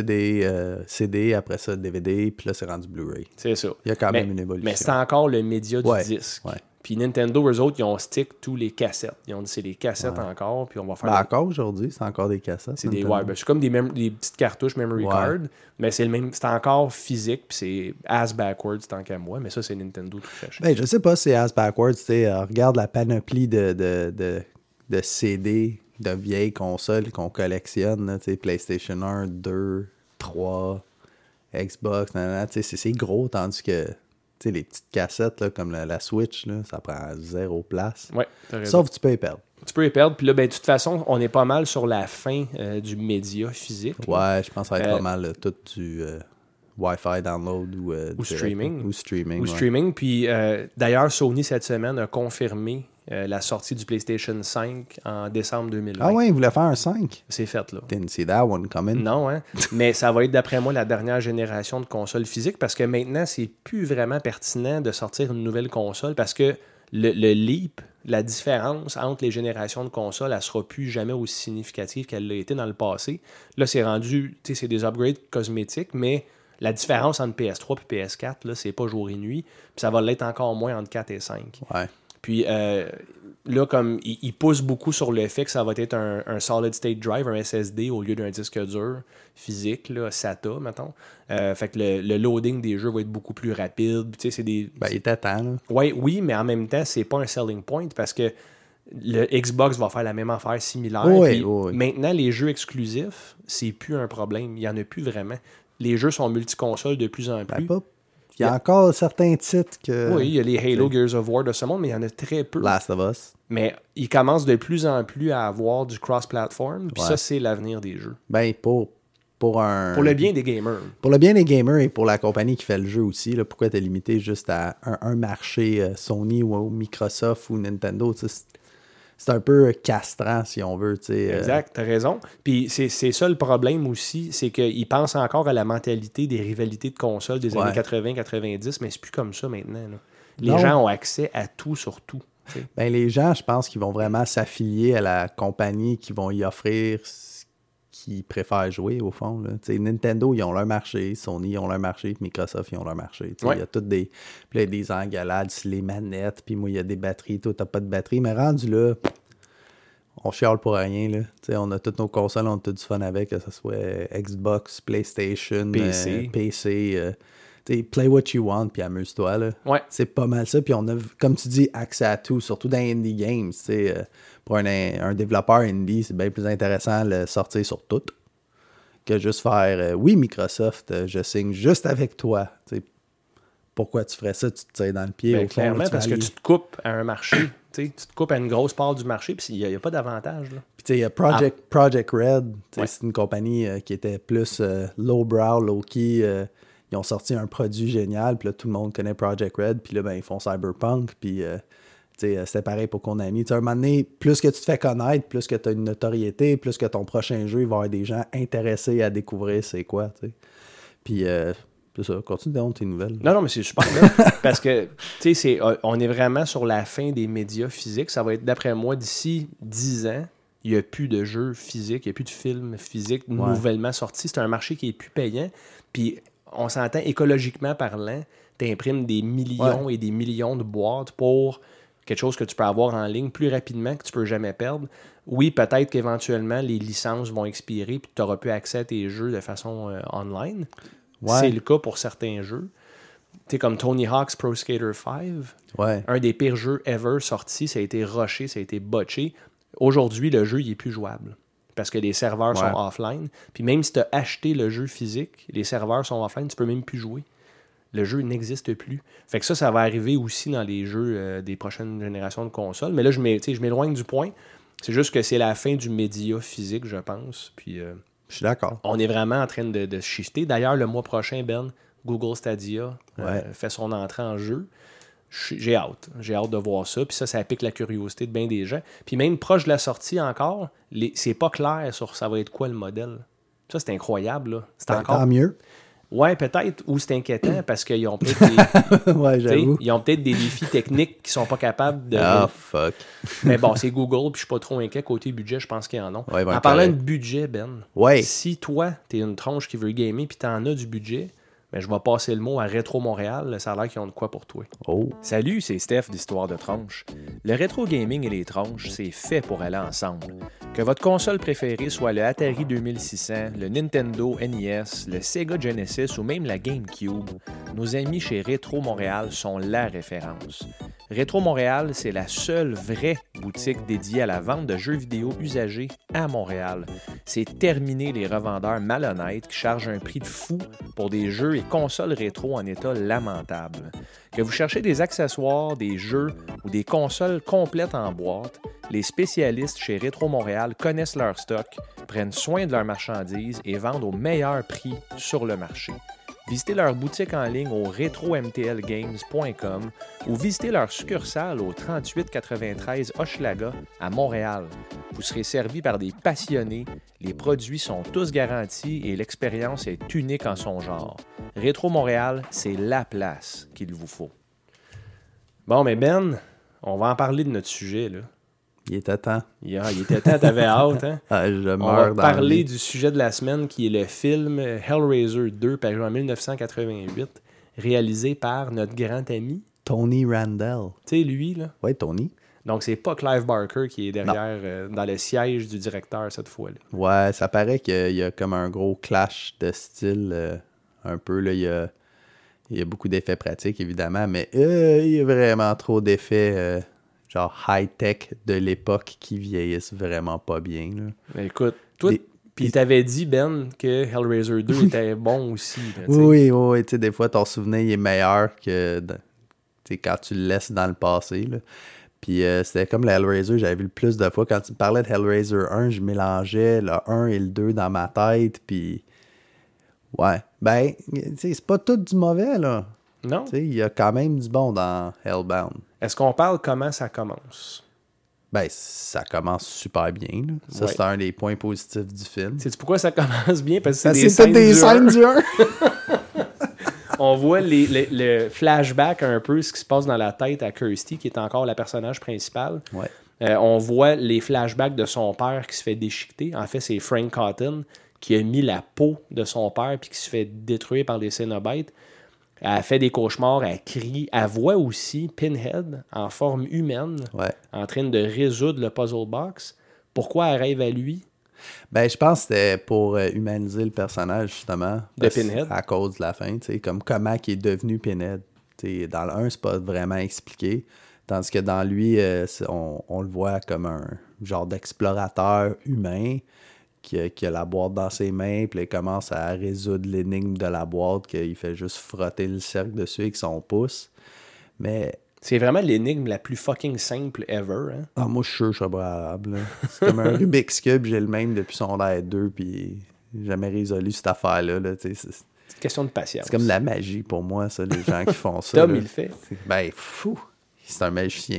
CD, après ça DVD, puis là c'est rendu Blu-ray. C'est ça. Il y a quand même une évolution. Mais c'est encore le média du disque. Ouais. Puis Nintendo, eux autres, ils ont stick tous les cassettes. Ils ont dit c'est des cassettes encore, puis on va faire... Ben, encore aujourd'hui, c'est encore des cassettes. C'est des, Nintendo. c'est comme des petites cartouches memory card, mais c'est le même, c'est encore physique, puis c'est ass backwards tant qu'à moi, mais ça c'est Nintendo tout fait. Ben, je sais pas si c'est ass backwards, tu sais, regarde la panoplie de CD, de vieilles consoles qu'on collectionne, là, tu sais, PlayStation 1, 2, 3, Xbox, c'est gros, tandis que tu sais, les petites cassettes là, comme la Switch, là, ça prend 0 place. Ouais, t'as raison. Sauf que tu peux y perdre. Tu peux y perdre, puis là, ben, de toute façon, on est pas mal sur la fin du média physique. Là. Ouais, je pense que ça va être pas mal tout du Wi-Fi download ou streaming. Ou streaming. Ou streaming. Puis d'ailleurs, Sony cette semaine a confirmé la sortie du PlayStation 5 en décembre 2020. Ah ouais, il voulait faire un 5. C'est fait, là. Didn't see that one coming. Non, hein? Mais ça va être, d'après moi, la dernière génération de consoles physiques parce que maintenant, c'est plus vraiment pertinent de sortir une nouvelle console parce que le leap, la différence entre les générations de consoles, elle ne sera plus jamais aussi significative qu'elle l'a été dans le passé. Là, c'est rendu, tu sais, c'est des upgrades cosmétiques, mais la différence entre PS3 et PS4, là, c'est pas jour et nuit. Puis ça va l'être encore moins entre 4 et 5. Ouais. Puis là, comme il pousse beaucoup sur le fait que ça va être un solid state drive, un SSD au lieu d'un disque dur physique, là, SATA, mettons. Fait que le loading des jeux va être beaucoup plus rapide. Tu sais, c'est des... Ben, il était temps, là. Oui, mais en même temps, c'est pas un selling point parce que le Xbox va faire la même affaire similaire. Oui. Maintenant, les jeux exclusifs, c'est plus un problème. Il n'y en a plus vraiment. Les jeux sont multiconsoles de plus en plus. Ben, il y a encore certains titres que... Oui, il y a les Halo, Gears of War de ce monde, mais il y en a très peu. Last of Us. Mais ils commencent de plus en plus à avoir du cross-platform, puis ça, c'est l'avenir des jeux. Ben, pour le bien des gamers. Pour le bien des gamers et pour la compagnie qui fait le jeu aussi, là, pourquoi t'es limité juste à un marché Sony ou Microsoft ou Nintendo, c'est un peu castrant, si on veut. Exact, t'as raison. Puis c'est ça le problème aussi, c'est qu'ils pensent encore à la mentalité des rivalités de consoles des années 80-90, mais c'est plus comme ça maintenant. Là. Les gens ont accès à tout sur tout. Ben, les gens, je pense qu'ils vont vraiment s'affilier à la compagnie qui vont y offrir ce qu'ils préfèrent jouer, au fond. Là. Nintendo, ils ont leur marché, Sony, ils ont leur marché, puis Microsoft, ils ont leur marché. Il y a toutes des... Puis là, des engueulades sur les manettes, puis moi, il y a des batteries, toi, t'as pas de batterie. Mais rendu là, on chiale pour rien. Là. On a toutes nos consoles, on a tout du fun avec, que ce soit Xbox, PlayStation, PC play what you want, puis amuse-toi. Là. Ouais. C'est pas mal ça. Puis on a, comme tu dis, accès à tout, surtout dans indie games. Pour un développeur indie, c'est bien plus intéressant de le sortir sur tout que juste faire oui, Microsoft, je signe juste avec toi. Pourquoi tu ferais ça? Tu te tires dans le pied. Ben, au fond, clairement, parce que tu te coupes à un marché. Tu te coupes à une grosse part du marché, puis il n'y a pas d'avantage. Puis tu sais, Project Red, c'est une compagnie qui était plus lowbrow, low-key. Ils ont sorti un produit génial, puis là, tout le monde connaît Project Red, puis là, ben, ils font Cyberpunk, puis c'était pareil pour Konami. À un moment donné, plus que tu te fais connaître, plus que tu as une notoriété, plus que ton prochain jeu, il va y avoir des gens intéressés à découvrir c'est quoi, t'sais. Puis, c'est ça, continue dans tes nouvelles. Non, mais c'est super bien, parce que, tu sais, on est vraiment sur la fin des médias physiques. Ça va être, d'après moi, d'ici 10 ans, il n'y a plus de jeux physiques, il n'y a plus de films physiques nouvellement sortis. C'est un marché qui est plus payant, puis on s'entend écologiquement parlant, tu imprimes des millions et des millions de boîtes pour quelque chose que tu peux avoir en ligne plus rapidement, que tu peux jamais perdre. Oui, peut-être qu'éventuellement, les licences vont expirer puis tu n'auras plus accès à tes jeux de façon online. Ouais. C'est le cas pour certains jeux. Tu sais, comme Tony Hawk's Pro Skater 5, un des pires jeux ever sortis, ça a été rushé, ça a été botché. Aujourd'hui, le jeu, il est plus jouable. Parce que les serveurs sont offline. Puis même si tu as acheté le jeu physique, les serveurs sont offline, tu peux même plus jouer. Le jeu n'existe plus. Fait que ça va arriver aussi dans les jeux des prochaines générations de consoles. Mais là, je m'éloigne du point. C'est juste que c'est la fin du média physique, je pense. Puis je suis d'accord. On est vraiment en train de shifter. D'ailleurs, le mois prochain, Google Stadia fait son entrée en jeu. J'ai hâte. J'ai hâte de voir ça. Puis ça pique la curiosité de bien des gens. Puis même proche de la sortie encore, c'est pas clair sur ça va être quoi le modèle. Ça, c'est incroyable. Là. C'est encore Tant mieux. Ouais, peut-être. Ou c'est inquiétant parce qu'ils ont peut-être des... Ouais, j'avoue. Ils ont peut-être des défis techniques qui sont pas capables de... Ah, fuck. Mais bon, c'est Google, puis je suis pas trop inquiet. Côté budget, je pense qu'ils en ont. Ouais, en parlant de budget, Ben, si toi, t'es une tronche qui veut gamer puis t'en as du budget, ben, je vais passer le mot à Rétro Montréal. Ça a l'air qu'ils ont de quoi pour toi. Oh. Salut, c'est Steph d'Histoire de Tronche. Le rétro gaming et les tronches, c'est fait pour aller ensemble. Que votre console préférée soit le Atari 2600, le Nintendo NES, le Sega Genesis ou même la GameCube, nos amis chez Rétro Montréal sont la référence. Rétro Montréal, c'est la seule vraie boutique dédiée à la vente de jeux vidéo usagés à Montréal. C'est terminé les revendeurs malhonnêtes qui chargent un prix de fou pour des jeux et consoles rétro en état lamentable. Que vous cherchez des accessoires, des jeux ou des consoles complètes en boîte, les spécialistes chez Rétro Montréal connaissent leur stock, prennent soin de leurs marchandises et vendent au meilleur prix sur le marché. Visitez leur boutique en ligne au retromtlgames.com ou visitez leur succursale au 3893 Hochelaga à Montréal. Vous serez servi par des passionnés, les produits sont tous garantis et l'expérience est unique en son genre. Rétro Montréal, c'est la place qu'il vous faut. Bon, mais Ben, on va en parler de notre sujet, là. Il était temps. Il était temps, t'avais hâte, hein? Ah, je On meurs va parler du sujet de la semaine qui est le film Hellraiser 2, paru en 1988, réalisé par notre grand ami. Tony Randall. Tu sais, lui, là. Ouais, Tony. Donc, c'est pas Clive Barker qui est derrière, dans le siège du directeur cette fois-là. Ouais, ça paraît qu'il y a comme un gros clash de style. Un peu, là, il y a beaucoup d'effets pratiques, évidemment, mais il y a vraiment trop d'effets... genre high-tech de l'époque qui vieillissent vraiment pas bien. Là. Mais écoute, toi, puis t'avais dit, Ben, que Hellraiser 2 était bon aussi. Là, oui, tu sais, des fois, ton souvenir il est meilleur que quand tu le laisses dans le passé. Là. Puis c'était comme le Hellraiser, j'avais vu le plus de fois. Quand tu me parlais de Hellraiser 1, je mélangeais le 1 et le 2 dans ma tête, puis... Ouais, ben, tu sais, c'est pas tout du mauvais, là. Non? Tu sais, il y a quand même du bon dans Hellbound. Est-ce qu'on parle comment ça commence? Ben, ça commence super bien. Là. Ça, c'est un des points positifs du film. Sais-tu pourquoi ça commence bien? Parce que c'est des scènes du 1. On voit le flashback un peu, ce qui se passe dans la tête à Kirsty, qui est encore la personnage principale. Ouais. On voit les flashbacks de son père qui se fait déchiqueter. En fait, c'est Frank Cotton qui a mis la peau de son père puis qui se fait détruire par les Cénobites. Elle fait des cauchemars, elle crie. Elle voit aussi Pinhead en forme humaine, en train de résoudre le puzzle box. Pourquoi elle rêve à lui? Ben, je pense que c'était pour humaniser le personnage, justement. De Pinhead? À cause de la fin, tu sais, comme comment il est devenu Pinhead. T'sais, dans le 1, c'est pas vraiment expliqué. Tandis que dans lui, on le voit comme un genre d'explorateur humain qui a la boîte dans ses mains, puis il commence à résoudre l'énigme de la boîte, qu'il fait juste frotter le cercle dessus avec son pouce. Mais... C'est vraiment l'énigme la plus fucking simple ever. Hein? Ah, moi, je suis sûr que je suis brave. C'est comme un Rubik's Cube, j'ai le même depuis son l'air 2, puis j'ai jamais résolu cette affaire-là. Là, c'est une question de patience. C'est comme de la magie pour moi, ça, les gens qui font ça. Tom, il le fait. Ben, fou! C'est un magicien.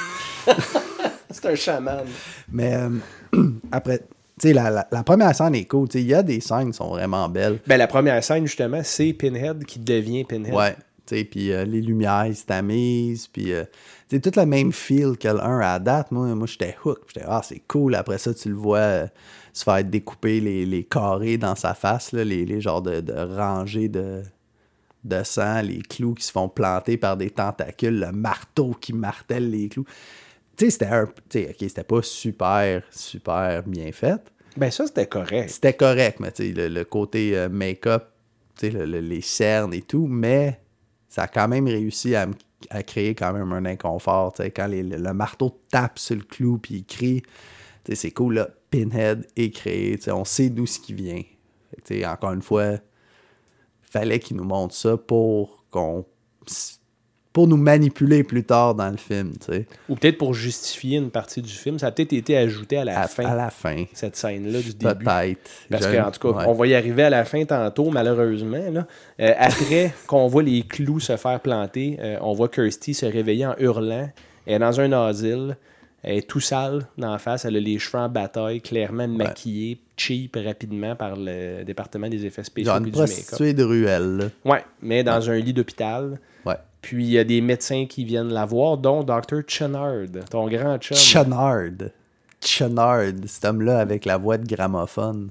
C'est un chaman. Mais après... Tu sais, la première scène est cool. Il y a des scènes qui sont vraiment belles. Ben, la première scène, justement, c'est Pinhead qui devient Pinhead. Ouais. Tu sais, puis les lumières, ils se tamisent. Puis, tu sais, tout le même feel que le 1 à date. Moi j'étais hook. J'étais, c'est cool. Après ça, tu le vois se faire découper les carrés dans sa face, là, les genres de rangées de sang, les clous qui se font planter par des tentacules, le marteau qui martèle les clous. Tu sais, c'était pas super, super bien fait. Ben ça, c'était correct. C'était correct, mais tu sais, le côté make-up, tu sais, les cernes et tout, mais ça a quand même réussi à créer quand même un inconfort, tu sais, quand le marteau tape sur le clou puis il crie, tu sais, c'est cool, là, Pinhead est créé, tu sais, on sait d'où ce qui vient. Tu sais, encore une fois, fallait qu'il nous montre ça pour qu'on pour nous manipuler plus tard dans le film, tu sais. Ou peut-être pour justifier une partie du film. Ça a peut-être été ajouté à la fin. À la fin. Cette scène-là du début. Peut-être. Parce qu'en tout cas, on va y arriver à la fin tantôt, malheureusement. Là. Après qu'on voit les clous se faire planter, on voit Kirsty se réveiller en hurlant. Elle est dans un asile. Elle est tout sale dans la face. Elle a les cheveux en bataille, clairement maquillée, cheap rapidement par le département des effets spéciaux. Genre une et du make-up. prostituée de ruelle, là. Ouais, mais dans un lit d'hôpital. Ouais. Puis il y a des médecins qui viennent la voir, dont Dr. Chennard, ton grand chum. Chennard, cet homme-là avec la voix de gramophone.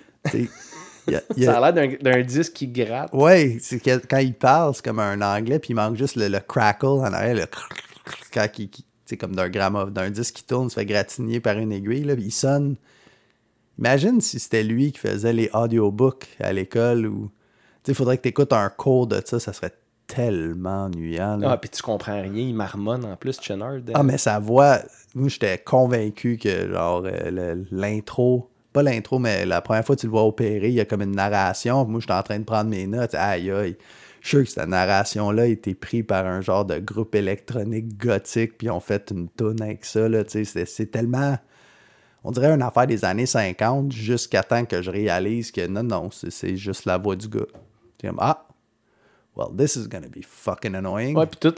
Ça a l'air d'un disque qui gratte. Ouais, c'est que, quand il parle, c'est comme un anglais, puis il manque juste le crackle en arrière, le quand c'est comme d'un disque qui tourne, se fait gratigner par une aiguille, là, puis il sonne. Imagine si c'était lui qui faisait les audiobooks à l'école, ou il faudrait que tu écoutes un cours de ça serait tellement ennuyant. Là. Ah, puis tu comprends rien, il marmonne en plus, Chennard. Ah, mais sa voix, moi j'étais convaincu que genre l'intro, pas l'intro, mais la première fois que tu le vois opérer, il y a comme une narration. Moi j'étais en train de prendre mes notes. Aïe aïe. Je suis sûr que cette narration-là a été prise par un genre de groupe électronique gothique, puis ils ont fait une toune avec ça. Là, c'est tellement. On dirait une affaire des années 50, jusqu'à temps que je réalise que non, c'est juste la voix du gars. C'est comme, well, this is gonna be fucking annoying. Ouais, puis tout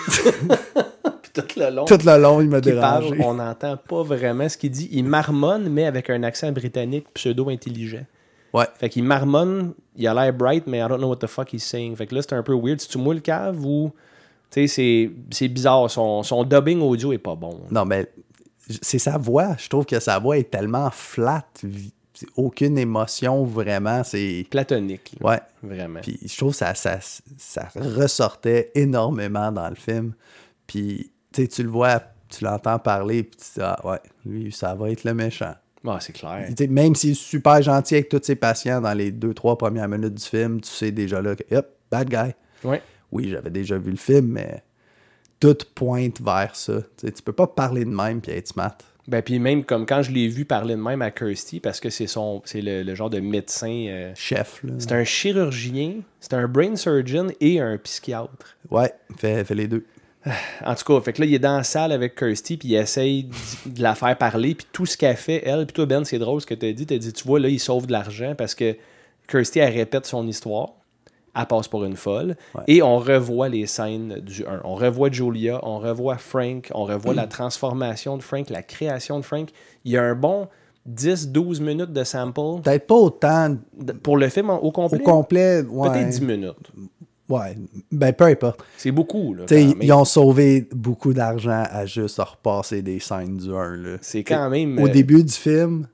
le long. Tout le long, il m'a Qui dérangé. parle, on n'entend pas vraiment ce qu'il dit. Il marmonne, mais avec un accent britannique pseudo-intelligent. Ouais. Fait qu'il marmonne, il a l'air bright, mais I don't know what the fuck he's saying. Fait que là, c'est un peu weird. Si tu mouilles le cave ou. Tu sais, c'est bizarre. Son dubbing audio est pas bon. Non, mais c'est sa voix. Je trouve que sa voix est tellement flat. Aucune émotion, vraiment. C'est platonique. Là. Ouais. Vraiment. Puis je trouve que ça ressortait énormément dans le film. Puis, tu le vois, tu l'entends parler, puis tu dis, ouais, lui, ça va être le méchant. Ah, c'est clair. Puis, même s'il est super gentil avec tous ses patients dans les 2-3 premières minutes du film, tu sais déjà là que, hop, bad guy. Ouais. Oui, j'avais déjà vu le film, mais tout pointe vers ça. Tu peux pas parler de même puis être smart. Ben, puis même comme quand je l'ai vu parler de même à Kirsty, parce que c'est le genre de médecin... chef, là. C'est un chirurgien, c'est un brain surgeon et un psychiatre. Ouais, fait les deux. En tout cas, fait que là, il est dans la salle avec Kirsty, puis il essaye de la faire parler, puis tout ce qu'elle fait, elle, puis toi, Ben, c'est drôle ce que tu as dit. Tu as dit, tu vois, là, il sauve de l'argent parce que Kirsty, elle répète son histoire. Elle passe pour une folle. Ouais. Et on revoit les scènes du 1. On revoit Julia, on revoit Frank, on revoit la transformation de Frank, la création de Frank. Il y a un bon 10-12 minutes de sample. Peut-être pas autant. Pour le film au complet? Au complet, ouais. Peut-être 10 minutes. Ouais, ben peu importe. C'est beaucoup, là. Ils ont sauvé beaucoup d'argent à juste repasser des scènes du 1, là. C'est quand même... Au début du film,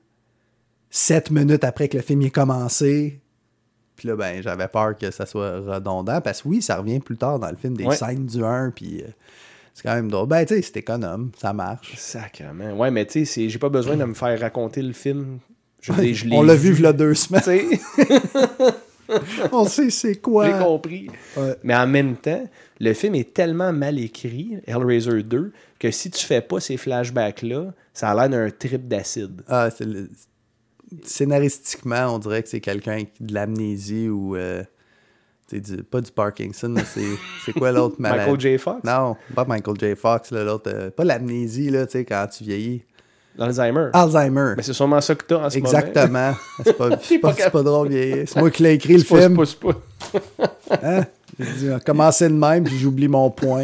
7 minutes après que le film ait commencé, puis là, ben, j'avais peur que ça soit redondant, parce que oui, ça revient plus tard dans le film, des scènes du 1, puis c'est quand même drôle. Ben, tu sais, c'est économe, ça marche. Sacrément. Ouais, mais tu sais, j'ai pas besoin de me faire raconter le film. Je l'ai On l'a vu il y a 2 semaines. On sait c'est quoi. J'ai compris. Ouais. Mais en même temps, le film est tellement mal écrit, Hellraiser 2, que si tu fais pas ces flashbacks-là, ça a l'air d'un trip d'acide. Ah, scénaristiquement, on dirait que c'est quelqu'un avec de l'amnésie ou... pas du Parkinson, mais c'est quoi l'autre maladie? Michael J. Fox? Non, pas Michael J. Fox, là, l'autre. Pas l'amnésie, là, tu sais, quand tu vieillis. Alzheimer. Mais c'est sûrement ça que t'as en ce moment. Exactement. C'est pas drôle vieillir. C'est moi qui l'ai écrit, le film. C'est pas. Hein? J'ai dit, commencer de même, puis j'oublie mon point.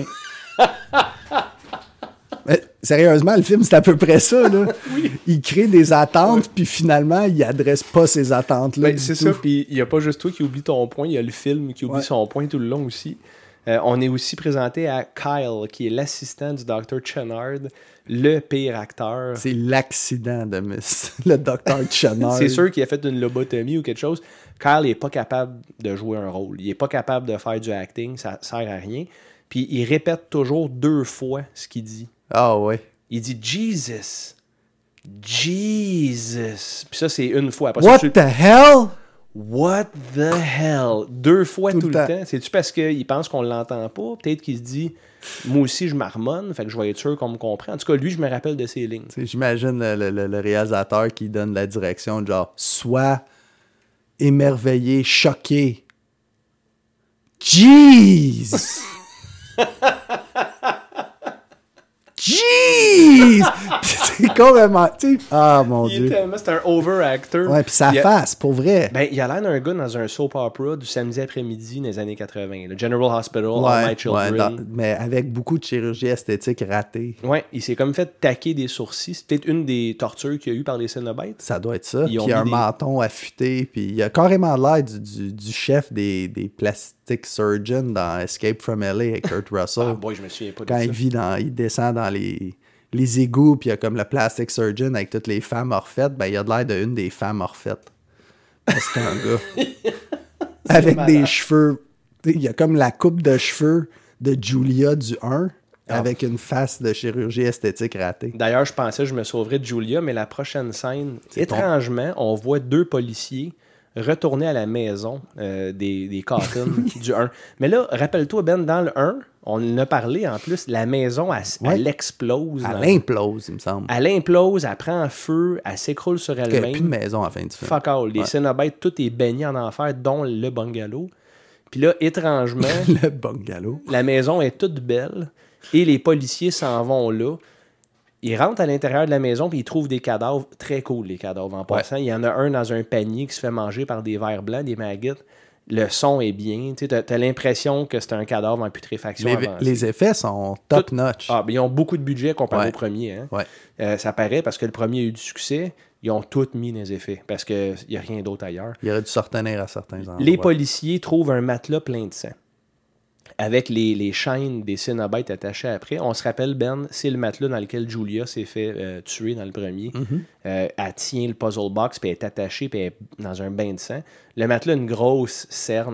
Mais, sérieusement, le film, c'est à peu près ça, là. Oui. Il crée des attentes, puis finalement, il adresse pas ces attentes-là. Ben, c'est ça, puis il n'y a pas juste toi qui oublie ton point, il y a le film qui oublie son point tout le long aussi. On est aussi présenté à Kyle, qui est l'assistant du Dr. Chennard, le pire acteur. C'est l'accident de le Dr. Chennard. C'est sûr qu'il a fait une lobotomie ou quelque chose. Kyle n'est pas capable de jouer un rôle. Il n'est pas capable de faire du acting, ça sert à rien. Puis il répète toujours 2 fois ce qu'il dit. Ah ouais. Il dit « Jesus. Jesus. » Puis ça, c'est une fois. Après What ça, the hell? What the hell? 2 fois tout le temps. C'est-tu parce qu'il pense qu'on l'entend pas? Peut-être qu'il se dit, moi aussi, je marmonne, fait que je vais être sûr qu'on me comprend. En tout cas, lui, je me rappelle de ses lignes. J'imagine le réalisateur qui donne la direction, genre, sois émerveillé, choqué. Jeez! Jeez! C'est complètement... tu sais, ah, mon Dieu. C'est un over-actor. Ouais, puis sa face, pour vrai. Ben, il a l'air d'un gars dans un soap opera du samedi après-midi dans les années 80. Le General Hospital, All My Children. Mais avec beaucoup de chirurgie esthétique ratée. Ouais, il s'est comme fait taquer des sourcils. C'est peut-être une des tortures qu'il y a eu par les Cénobites. Ça doit être ça. Puis Ils ont il a un mis des- menton affûté. Puis il a carrément l'air du chef des plastic surgeons dans Escape from LA avec Kurt Russell. Ah, boy, je me souviens pas de Quand ça. il descend dans les égouts, puis il y a comme le plastic surgeon avec toutes les femmes orfaites, ben il a de l'air d'une des femmes orfaites. Ben, c'est un gars. Avec des cheveux. Il y a comme la coupe de cheveux de Julia du 1, avec une face de chirurgie esthétique ratée. D'ailleurs, je pensais que je me sauverais de Julia, mais la prochaine scène, C'est étrangement, on voit 2 policiers retourner à la maison des Cotton du 1. Mais là, rappelle-toi, Ben, dans le 1, on en a parlé en plus, la maison, elle explose. Elle implose, il me semble. Elle implose, elle prend feu, elle s'écroule sur Il n'y a elle-même. plus de maison à la fin du film. Fuck all. Les Cénobites, tout est baigné en enfer, dont le bungalow. Puis là, étrangement, Le bungalow. la maison est toute belle et les policiers s'en vont là. Ils rentrent à l'intérieur de la maison puis ils trouvent des cadavres. Très cool, les cadavres, en passant. Il y en a un dans un panier qui se fait manger par des vers blancs, des maggots. Le son est bien. Tu sais, t'as l'impression que c'est un cadavre en putréfaction avancée. Les effets sont top-notch. Ah, ben, ils ont beaucoup de budget comparé Ouais. au premier. Hein? Ouais. Ça paraît parce que le premier a eu du succès. Ils ont tout mis les effets parce qu'il n'y a rien d'autre ailleurs. Il aurait dû se retenir à certains endroits. Les policiers trouvent un matelas plein de sang. Avec les chaînes des Cénobites attachées après. On se rappelle, Ben, c'est le matelas dans lequel Julia s'est fait tuer dans le premier. Elle tient le puzzle box, puis elle est attachée, puis elle est dans un bain de sang. Le matelas a une grosse cerne,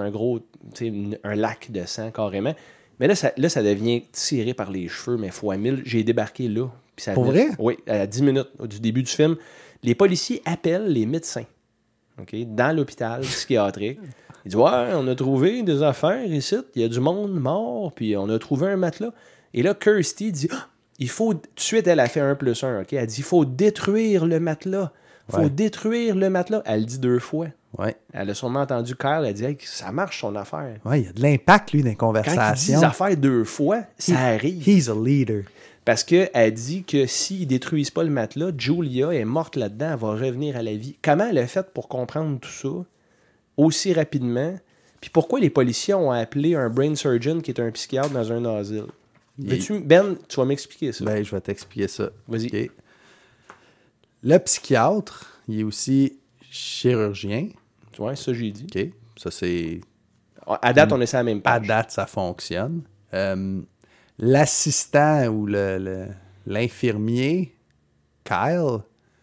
un lac de sang carrément. Mais là, ça devient tiré par les cheveux, mais fois 1000. J'ai débarqué là. Puis ça Pour vrai? Oui, à 10 minutes du début du film. Les policiers appellent les médecins dans l'hôpital psychiatrique. Ils disent « Ouais, on a trouvé des affaires ici, il y a du monde mort, puis on a trouvé un matelas. » Et là, Kirsty dit « Il faut... » Tout de suite, elle a fait 1+1, OK? Elle dit « Il faut détruire le matelas. Il faut détruire le matelas. » Elle le dit 2 fois. Ouais. Elle a sûrement entendu Kyle, elle dit hey, « Ça marche, son affaire. » Ouais, il y a de l'impact, lui, dans les Quand il dit conversations. des affaires 2 fois, ça arrive. He's a leader. Parce qu'elle dit que s'ils détruisent pas le matelas, Julia est morte là-dedans, elle va revenir à la vie. Comment elle a fait pour comprendre tout ça aussi rapidement? Puis pourquoi les policiers ont appelé un brain surgeon qui est un psychiatre dans un asile? Ben, tu vas m'expliquer ça. Ben, je vais t'expliquer ça. Vas-y. OK. Le psychiatre, il est aussi chirurgien. Tu vois, ça j'ai dit. OK. Ça, c'est... À date, on est sur la même À page. date, ça fonctionne. L'assistant ou l'infirmier, Kyle,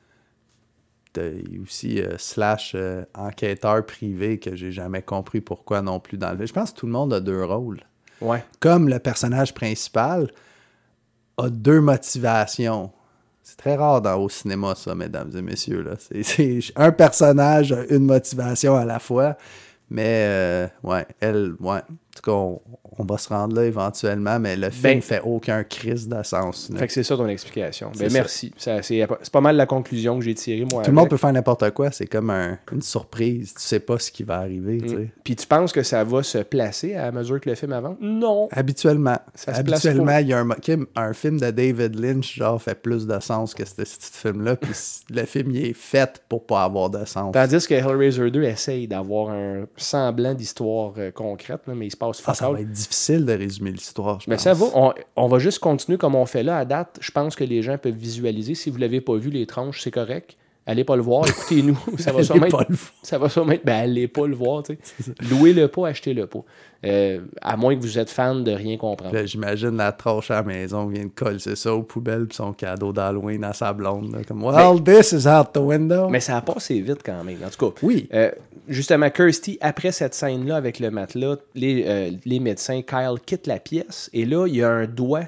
il est aussi enquêteur privé que j'ai jamais compris pourquoi non plus dans le film. Je pense que tout le monde a 2 rôles. Ouais. Comme le personnage principal a 2 motivations. C'est très rare au cinéma, ça, mesdames et messieurs. Là. C'est un personnage a une motivation à la fois. Mais, ouais. En tout cas, on va se rendre là éventuellement, mais le film ne fait aucun crise de sens. Là. Fait que c'est ça ton explication. C'est ça. Merci. C'est pas mal la conclusion que j'ai tirée, moi. Tout le monde peut faire n'importe quoi. C'est comme une surprise. Tu sais pas ce qui va arriver. Tu sais. Puis tu penses que ça va se placer à mesure que le film avance? Non. Habituellement. Ça se place Habituellement, pas. il y a un film de David Lynch, genre, fait plus de sens que ce film-là. Puis le film, il est fait pour pas avoir de sens. Tandis que Hellraiser 2 essaye d'avoir un semblant d'histoire concrète, là, mais il se passe fuck Ça all. va être difficile de résumer l'histoire, je Mais pense. ça va, on va juste continuer comme on fait là à date. Je pense que les gens peuvent visualiser. Si vous ne l'avez pas vu, les tranches, c'est correct. Allez pas le voir, écoutez-nous. Ça va sûrement pas être... le voir. Ça va sûrement être... Ben, allez pas le voir, tu sais. Louez-le pas, achetez-le pas. À moins que vous êtes fan de rien comprendre. Là, j'imagine la tranche à la maison vient de coller ça aux poubelles puis son cadeau d'Halloween à sa blonde. Là, comme, well, this is out the window. Mais ça a passé vite quand même. En tout cas, Oui. Justement, Kirsty, après cette scène-là avec le matelas, les médecins, Kyle quitte la pièce et là, il y a un doigt,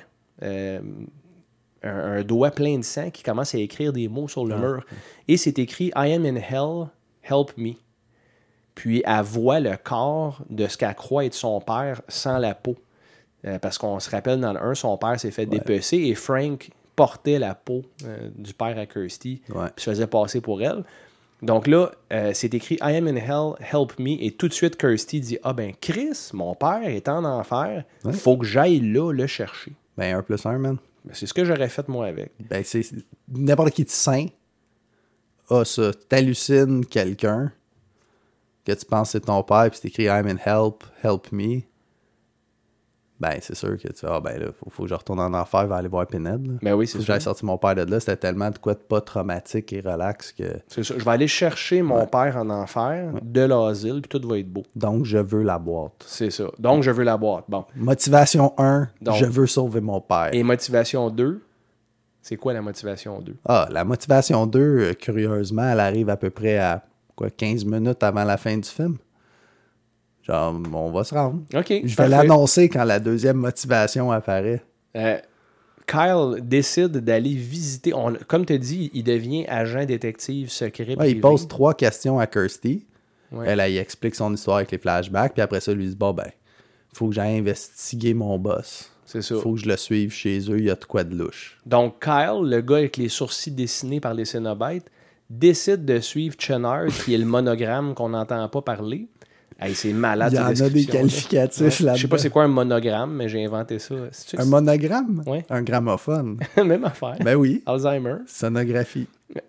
un doigt plein de sang qui commence à écrire des mots sur le mur. Et c'est écrit « I am in hell, help me ». Puis elle voit le corps de ce qu'elle croit être son père sans la peau. Parce qu'on se rappelle, dans le 1, son père s'est fait dépecer et Frank portait la peau du père à Kirsty puis se faisait passer pour elle. Donc là, c'est écrit I am in hell, help me. Et tout de suite, Kirsty dit ah ben Chris, mon père est en enfer, faut que j'aille là le chercher. Ben, 1+1, man. Ben, c'est ce que j'aurais fait moi avec. Ben, c'est n'importe qui de sain a ça. T'hallucines quelqu'un que tu penses c'est ton père, puis c'est écrit I'm in help, help me. Ben, c'est sûr que tu ben là, faut que je retourne en enfer, aller voir Pinhead. Là. Ben oui, c'est faut que ça. j'aille sortir mon père de là. C'était tellement de quoi de pas traumatique et relax que. C'est ça. Je vais aller chercher mon père en enfer de l'asile, puis tout va être beau. Donc, je veux la boîte. C'est ça. Donc, je veux la boîte. Bon. Motivation 1, Donc, je veux sauver mon père. Et motivation 2, c'est quoi la motivation 2? Ah, la motivation 2, curieusement, elle arrive à peu près à 15 minutes avant la fin du film. Genre, on va se rendre. OK. Je vais l'annoncer quand la deuxième motivation apparaît. Kyle décide d'aller visiter. Comme tu as dit, il devient agent détective secret. Ouais, il pose 3 questions à Kirsty. Ouais. Elle explique son histoire avec les flashbacks. Puis après ça, lui dit bon, ben, faut que j'aille investiguer mon boss. C'est ça. Faut que je le suive chez eux. Il y a de quoi de louche. Donc, Kyle, le gars avec les sourcils dessinés par les Cénobites, décide de suivre Chenard, qui est le monogramme qu'on n'entend pas parler. Hey, c'est malade. Il y en a des qualificatifs là-dedans. Je sais pas c'est quoi un monogramme, mais j'ai inventé ça. Un monogramme? Ouais. Un gramophone? Même affaire. Ben oui. Alzheimer. Sonographie.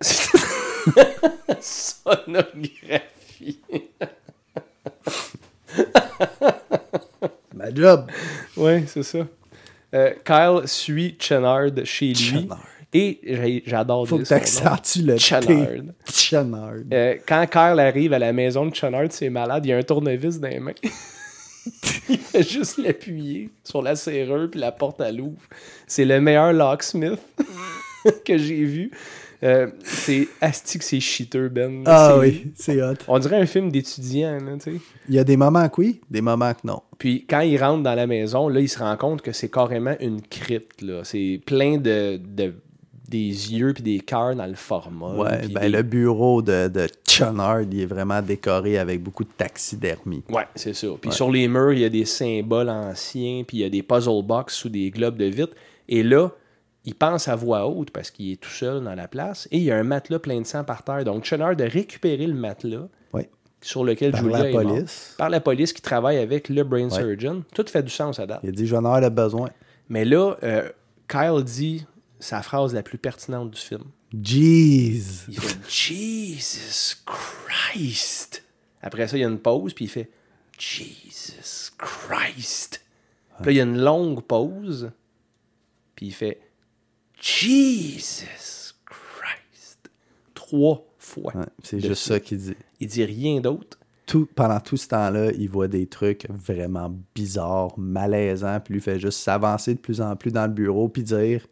Sonographie. Ma job. Oui, c'est ça. Kyle suit Chenard chez lui. Chenard. Et j'adore faut dire que son t'accentues le Chenard. Chenard. Quand Kyle arrive à la maison de Chenard, c'est malade, il y a un tournevis dans les mains. Il fait juste l'appuyer sur la serrure puis la porte à l'ouvre. C'est le meilleur locksmith que j'ai vu. C'est astique, c'est cheater, Ben. Ah oui, c'est hot. On dirait un film d'étudiant, là, tu sais. Il y a des moments que oui, des moments que non. Puis quand il rentre dans la maison, là, il se rend compte que c'est carrément une crypte, là. C'est plein des yeux puis des cœurs dans le format. Ouais, ben le bureau de Chenard, il est vraiment décoré avec beaucoup de taxidermie. Ouais, c'est ça. Puis sur les murs, il y a des symboles anciens, puis il y a des puzzle box sous des globes de vitre. Et là, il pense à voix haute parce qu'il est tout seul dans la place. Et il y a un matelas plein de sang par terre. Donc Chenard a récupéré le matelas sur lequel par Julia la est morte. police. Par la police qui travaille avec le brain surgeon. Tout fait du sens à date. Il a dit « j'en ai besoin ». Mais là, Kyle dit sa phrase la plus pertinente du film. Jeez. Il fait « Jesus Christ ». Après ça, il y a une pause, puis il fait « Jesus Christ ». Puis là, il y a une longue pause, puis il fait « Jesus Christ ». 3 fois. Ouais, c'est juste ça qu'il dit. Il dit rien d'autre. Pendant tout ce temps-là, il voit des trucs vraiment bizarres, malaisants, puis lui fait juste s'avancer de plus en plus dans le bureau, puis dire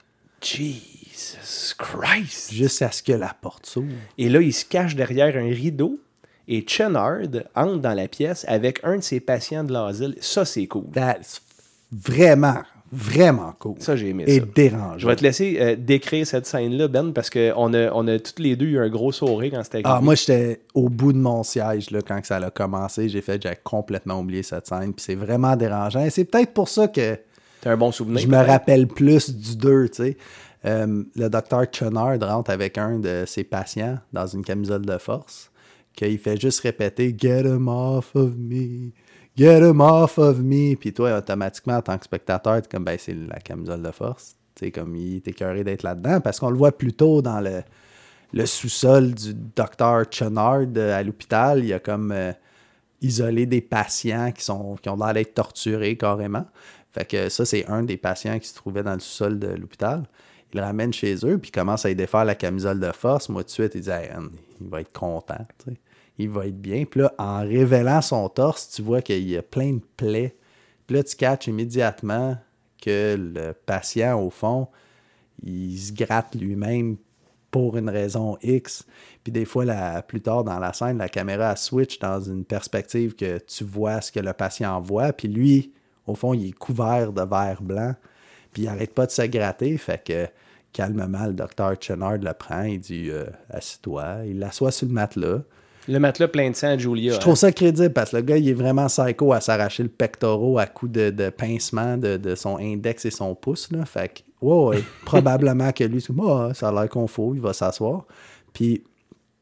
Jesus Christ. Jusqu'à ce que la porte s'ouvre. Et là, il se cache derrière un rideau, et Chenard entre dans la pièce avec un de ses patients de l'asile. Ça, c'est cool. That's vraiment, vraiment cool. Ça, j'ai aimé et ça. dérangeant. Je vais te laisser décrire cette scène-là, Ben, parce qu'on a toutes les deux eu un gros sourire quand c'était arrivé. Ah, moi, j'étais au bout de mon siège là, quand ça a commencé. J'avais complètement oublié cette scène. Puis c'est vraiment dérangeant. Et c'est peut-être pour ça que T'as un bon souvenir. je me rappelle plus du 2, tu sais. Le docteur Chenard rentre avec un de ses patients dans une camisole de force, qu'il fait juste répéter « Get him off of me, get him off of me ». Puis toi, automatiquement, en tant que spectateur, t'es comme « Ben, c'est la camisole de force ». Tu sais, comme il est écœuré d'être là-dedans, parce qu'on le voit plus tôt dans le sous-sol du docteur Chenard à l'hôpital. Il y a comme isolé des patients qui ont l'air d'être torturés carrément. Fait que ça, c'est un des patients qui se trouvait dans le sous-sol de l'hôpital. Il le ramène chez eux, puis il commence à y défaire la camisole de force. Moi, tout de suite, il dit hey, il va être content, tu sais. Il va être bien. Puis là, en révélant son torse, tu vois qu'il y a plein de plaies. Puis là, tu catches immédiatement que le patient, au fond, il se gratte lui-même pour une raison X. Puis des fois, plus tard dans la scène, la caméra switch dans une perspective que tu vois ce que le patient voit. Puis lui, au fond, il est couvert de verre blanc. Puis il n'arrête pas de se gratter. Fait que calmement, le docteur Chenard le prend. Il dit assis-toi. Il l'assoit sur le matelas. Le matelas plein de sang à Julia. Je trouve ça crédible parce que le gars, il est vraiment psycho à s'arracher le pectoral à coups de pincement de son index et son pouce. Là. Fait que, ouais, probablement que lui, ça a l'air qu'on faut, il va s'asseoir. Puis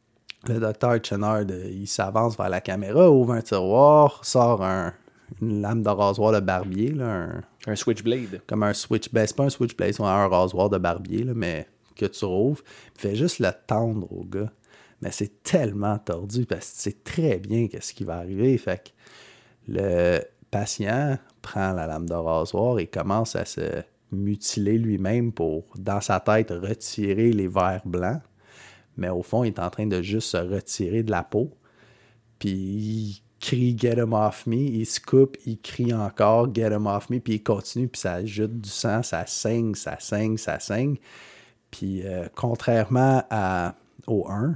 Le docteur Chenard, il s'avance vers la caméra, ouvre un tiroir, sort une lame de rasoir de barbier, là, Un switchblade. comme un switchblade. C'est pas un switchblade, c'est un rasoir de barbier, là, mais que tu rouvres. Il fait juste le tendre au gars. Mais c'est tellement tordu parce que tu sais très bien qu'est-ce qui va arriver. Fait que le patient prend la lame de rasoir et commence à se mutiler lui-même pour, dans sa tête, retirer les vers blancs. Mais au fond, il est en train de juste se retirer de la peau. Puis il crie « Get him off me ». Il se coupe, il crie encore « Get him off me ». Puis il continue, puis ça jette du sang, ça saigne, ça saigne, ça saigne. Puis contrairement au 1,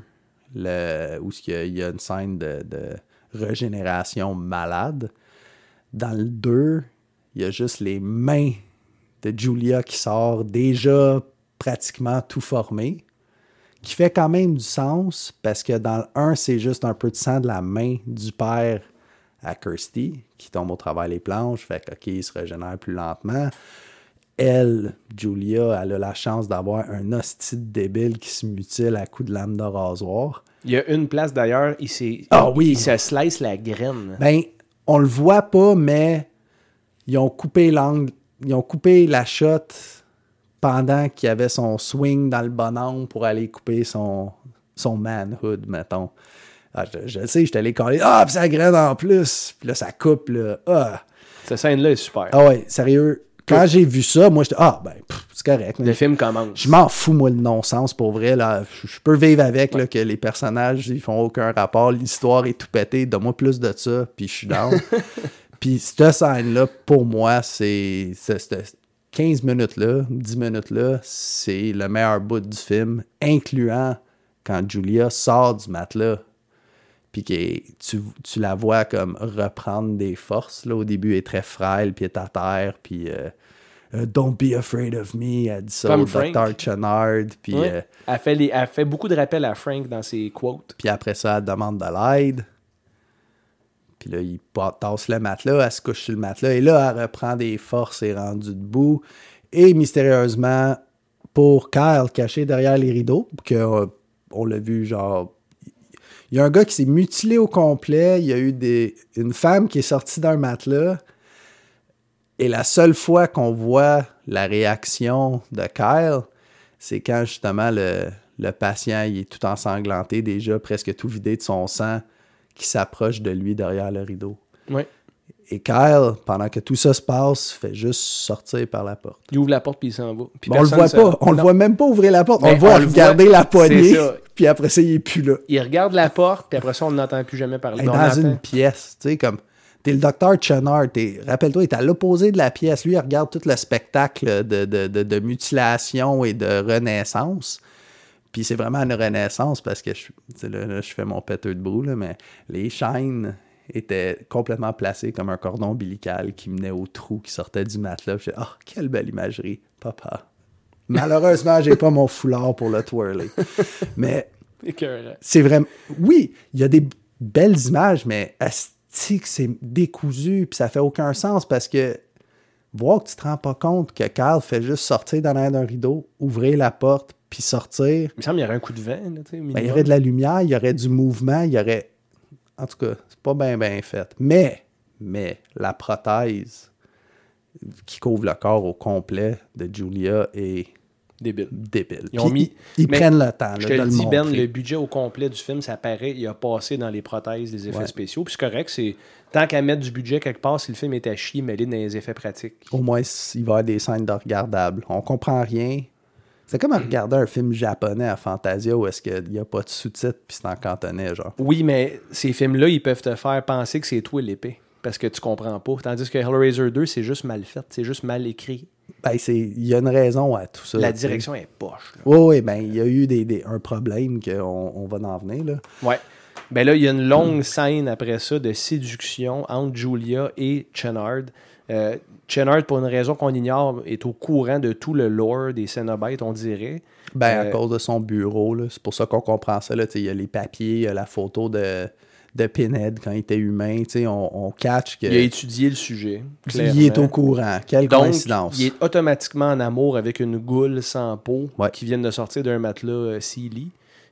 où il y a une scène de régénération malade, dans le 2, il y a juste les mains de Julia qui sort déjà pratiquement tout formé, qui fait quand même du sens, parce que dans le 1, c'est juste un peu de sang de la main du père à Kirsty, qui tombe au travers les planches, fait que, OK, il se régénère plus lentement. Elle, Julia, elle a la chance d'avoir un hostie de débile qui se mutile à coups de lame de rasoir. Il y a une place d'ailleurs, il se slice la graine. Ben, on le voit pas, mais ils ont coupé l'angle, ils ont coupé la shot pendant qu'il y avait son swing dans le bon angle pour aller couper son manhood, mettons. Ah, je sais, j'étais allé coller. Ah, puis ça graine en plus. Puis là, ça coupe, là. Ah. Cette scène-là est super. Ah ouais, sérieux. Quand j'ai vu ça, moi, j'étais c'est correct. Le film commence. Je m'en fous, moi, le non-sens, pour vrai. Là. Je peux vivre avec là, que les personnages, ils font aucun rapport. L'histoire est tout pétée. Donne-moi plus de ça, puis je suis down. Puis cette scène-là, pour moi, c'est 15 minutes-là, 10 minutes-là, c'est le meilleur bout du film, incluant quand Julia sort du matelas. Puis tu la vois comme reprendre des forces. Là, au début, elle est très frêle, puis elle est à terre, puis Don't be afraid of me, elle dit ça comme au Frank. Dr. Chenard. Puis, Ouais. Elle fait beaucoup de rappels à Frank dans ses quotes. Puis après ça, elle demande de l'aide. Puis là, il tasse le matelas, elle se couche sur le matelas, et là, elle reprend des forces et est rendue debout. Et mystérieusement, pour Kyle, caché derrière les rideaux, on l'a vu genre... Il y a un gars qui s'est mutilé au complet. Il y a eu une femme qui est sortie d'un matelas. Et la seule fois qu'on voit la réaction de Kyle, c'est quand justement le patient il est tout ensanglanté déjà, presque tout vidé de son sang, qui s'approche de lui derrière le rideau. Oui. Et Kyle, pendant que tout ça se passe, fait juste sortir par la porte. Il ouvre la porte puis il s'en va. Puis on le voit pas. On le voit même pas ouvrir la porte. On le voit regarder la poignée. Puis après ça, il est plus là. Il regarde la porte, puis après ça, on n'entend plus jamais parler. Dans une pièce, tu sais, comme... T'es le docteur Chenard, rappelle-toi, il est à l'opposé de la pièce. Lui, il regarde tout le spectacle de mutilation et de renaissance. Puis c'est vraiment une renaissance parce que, là, je fais mon péteux de boue, là, mais les chaînes étaient complètement placées comme un cordon ombilical qui menait au trou qui sortait du matelas. Je dis, oh, quelle belle imagerie, papa. Malheureusement, j'ai pas mon foulard pour le twirler. Mais c'est vraiment... Oui, il y a des belles images, mais asti que c'est décousu, puis ça fait aucun sens parce que voir que tu te rends pas compte que Carl fait juste sortir dans l'air d'un rideau, ouvrir la porte, puis sortir. Il me semble qu'il y aurait un coup de vent. Là, il y aurait de la lumière, il y aurait du mouvement, il y aurait... En tout cas, c'est pas bien fait. Mais la prothèse qui couvre le corps au complet de Julia est débile. Ils prennent le temps je te le dis, Ben, le budget au complet du film, ça paraît, il a passé dans les prothèses, les effets spéciaux. Puis c'est correct, c'est tant qu'à mettre du budget quelque part, si le film est à chier, mêlé dans les effets pratiques. Au moins, il va y avoir des scènes de regardables. On comprend rien. C'est comme regarder un film japonais à Fantasia où est-ce qu'il n'y a pas de sous-titres puis c'est en cantonais, genre. Oui, mais ces films-là, ils peuvent te faire penser que c'est toi l'épée. Parce que tu comprends pas. Tandis que Hellraiser 2, c'est juste mal fait. C'est juste mal écrit. Ben, il y a une raison à tout ça. La direction est poche. Oui, ben, il y a eu un problème qu'on va en venir, là. Ouais. Ben là, il y a une longue scène après ça de séduction entre Julia et Chenard. Chenard, pour une raison qu'on ignore, est au courant de tout le lore des Cénobites, on dirait. Ben, à cause de son bureau, là. C'est pour ça qu'on comprend ça, là. Il y a les papiers, il y a la photo de Pinhead quand il était humain. On catch que... Il a étudié le sujet, clairement. Il est au courant. Quelle coïncidence. Il est automatiquement en amour avec une goule sans peau qui vient de sortir d'un matelas Sealy.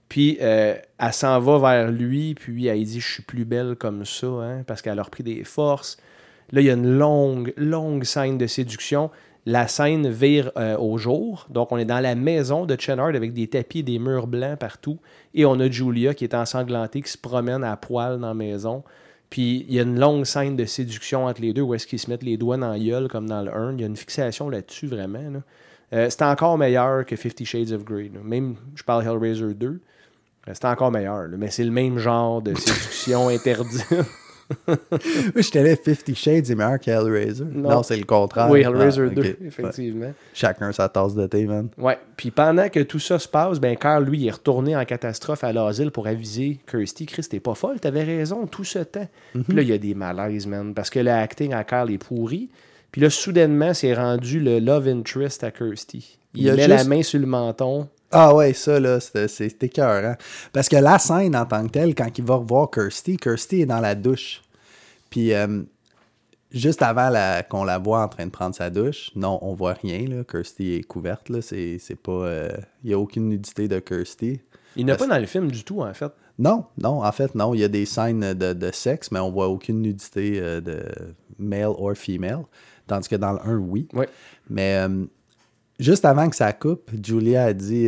Puis elle s'en va vers lui, puis elle dit « Je suis plus belle comme ça, hein, parce qu'elle a repris des forces. » Là, il y a une longue scène de séduction. La scène vire au jour. Donc, on est dans la maison de Chennard avec des tapis et des murs blancs partout. Et on a Julia qui est ensanglantée, qui se promène à poil dans la maison. Puis, il y a une longue scène de séduction entre les deux où est-ce qu'ils se mettent les doigts dans la gueule comme dans le 1. Il y a une fixation là-dessus, vraiment. Là. C'est encore meilleur que 50 Shades of Grey. Là. Même, je parle Hellraiser 2. C'est encore meilleur. Là. Mais c'est le même genre de séduction interdite. J'étais là, 50 Shades est meilleur que Hellraiser. Non, c'est le contraire. Oui, Hellraiser 2, okay. effectivement. Ouais. Chacun sa tasse de thé, man. Ouais. Puis pendant que tout ça se passe, ben Carl, lui, il est retourné en catastrophe à l'asile pour aviser Kirsty. Chris, t'es pas folle, t'avais raison tout ce temps. Puis là, il y a des malaises, man, parce que le acting à Carl est pourri. Puis là, soudainement, c'est rendu le love interest à Kirsty. Il met la main sur le menton. Ah ouais, ça, là, c'est écœurant. Parce que la scène en tant que telle, quand il va revoir Kirsty est dans la douche. Puis, juste avant qu'on la voit en train de prendre sa douche, non, on voit rien, là. Kirsty est couverte, là. C'est pas... Il n'y a aucune nudité de Kirsty. Il n'y en a pas dans le film du tout, en fait. Non, en fait, non. Il y a des scènes de sexe, mais on voit aucune nudité de male or female. Tandis que dans le 1, oui. Ouais. Mais... juste avant que ça coupe, Julia a dit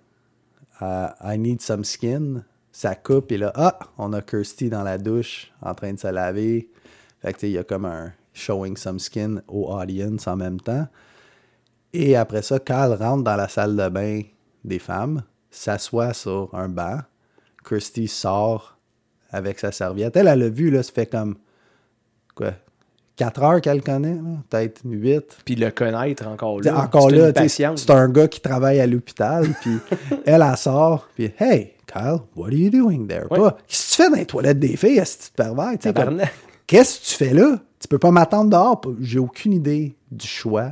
I need some skin. Ça coupe et là, on a Kirsty dans la douche en train de se laver. Fait que il y a comme un showing some skin au audience en même temps. Et après ça, Kyle rentre dans la salle de bain des femmes, s'assoit sur un banc. Kirsty sort avec sa serviette. Elle a vu, là, ça fait comme quoi? 4 heures qu'elle connaît, là, peut-être 8. Puis le connaître encore là. Là, encore là, c'est un gars qui travaille à l'hôpital, puis elle sort, puis « Hey, Kyle, what are you doing there? Ouais. » Pas « Qu'est-ce que tu fais dans les toilettes des filles, est-ce que tu te pervers? » Qu'est-ce que tu fais là? Tu peux pas m'attendre dehors. J'ai aucune idée du choix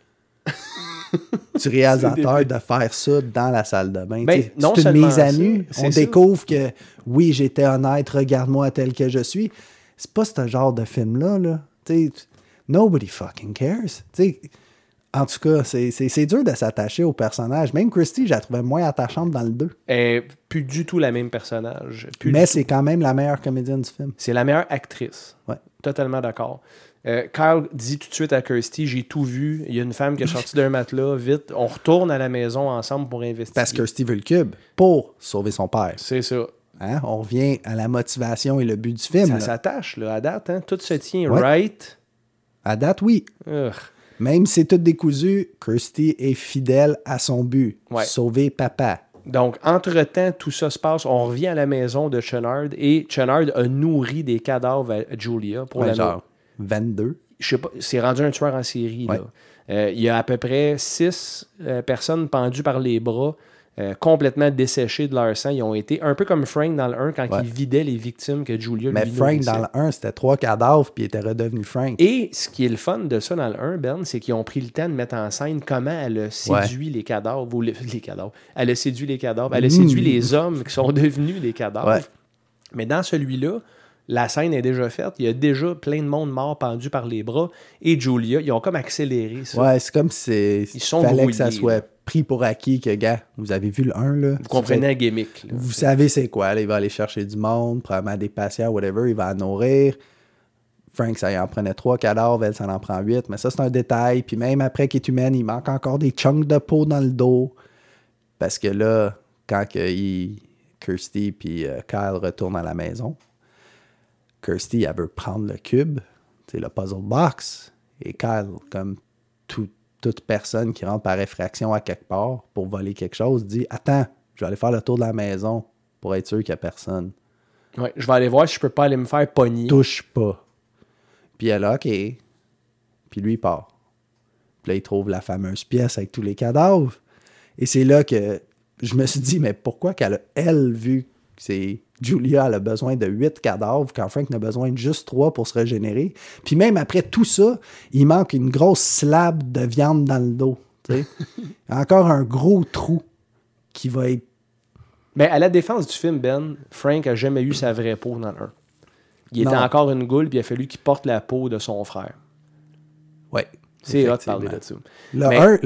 du réalisateur de faire ça dans la salle de bain. Ben, c'est une mise à nu. On découvre que, oui, j'étais honnête, regarde-moi tel que je suis. C'est pas ce genre de film-là, là. T'sais, nobody fucking cares. T'sais, en tout cas, c'est dur de s'attacher au personnage. Même Kirsty, je la trouvais moins attachante dans le 2. Plus du tout la même personnage. Mais c'est quand même la meilleure comédienne du film. C'est la meilleure actrice. Ouais. Totalement d'accord. Kyle dit tout de suite à Kirsty, j'ai tout vu. Il y a une femme qui est sortie d'un matelas. Vite, on retourne à la maison ensemble pour investiguer. Parce que Kirsty veut le cube pour sauver son père. C'est ça. Hein? On revient à la motivation et le but du film. Ça s'attache, là, à date. Hein? Tout se tient right. À date, oui. Même si c'est tout décousu, Kirsty est fidèle à son but. Ouais. Sauver papa. Donc, entre-temps, tout ça se passe. On revient à la maison de Chennard et Chennard a nourri des cadavres à Julia. Pour genre 22. Je sais pas, c'est rendu un tueur en série. Ouais. Là. Il y a à peu près 6 personnes pendues par les bras, complètement desséchées de leur sang. Ils ont été un peu comme Frank dans le 1 quand il vidait les victimes que Julia lui nourrissait. Mais Frank dans le 1, c'était 3 cadavres puis il était redevenu Frank. Et ce qui est le fun de ça dans le 1, Ben, c'est qu'ils ont pris le temps de mettre en scène comment elle a séduit les cadavres. Les cadavres. Elle a séduit les cadavres. Elle a séduit les hommes qui sont devenus des cadavres. Ouais. Mais dans celui-là, la scène est déjà faite. Il y a déjà plein de monde mort pendu par les bras. Et Julia, ils ont comme accéléré ça. Ouais, c'est comme si il fallait que ça soit pris pour acquis que, gars, vous avez vu le 1, là. Vous comprenez la gimmick. Là. Vous savez c'est quoi. Là, il va aller chercher du monde, probablement des patients, whatever. Il va en nourrir. Frank, ça y en prenait 3 cadavres. Elle, ça en prend 8. Mais ça, c'est un détail. Puis même après qu'il est humaine, il manque encore des chunks de peau dans le dos. Parce que là, quand Kirsty puis Kyle retournent à la maison, Kirsty, elle veut prendre le cube, c'est le puzzle box. Et Kyle, comme toute personne qui rentre par effraction à quelque part pour voler quelque chose, dit « Attends, je vais aller faire le tour de la maison pour être sûr qu'il n'y a personne. » Ouais, je vais aller voir si je peux pas aller me faire pogner. Touche pas. Puis elle a « OK. » Puis lui, il part. Puis là, il trouve la fameuse pièce avec tous les cadavres. Et c'est là que je me suis dit « Mais pourquoi qu'elle a, elle, vu que c'est... Julia, elle a besoin de 8 cadavres quand Frank n'a besoin de juste 3 pour se régénérer. Puis même après tout ça, il manque une grosse slab de viande dans le dos. Encore un gros trou qui va être... Mais à la défense du film, Ben, Frank a jamais eu sa vraie peau dans le 1. Il était encore une goule, puis il a fallu qu'il porte la peau de son frère. Ouais. C'est hot de Effectivement. parler de ça. Le Mais- 1,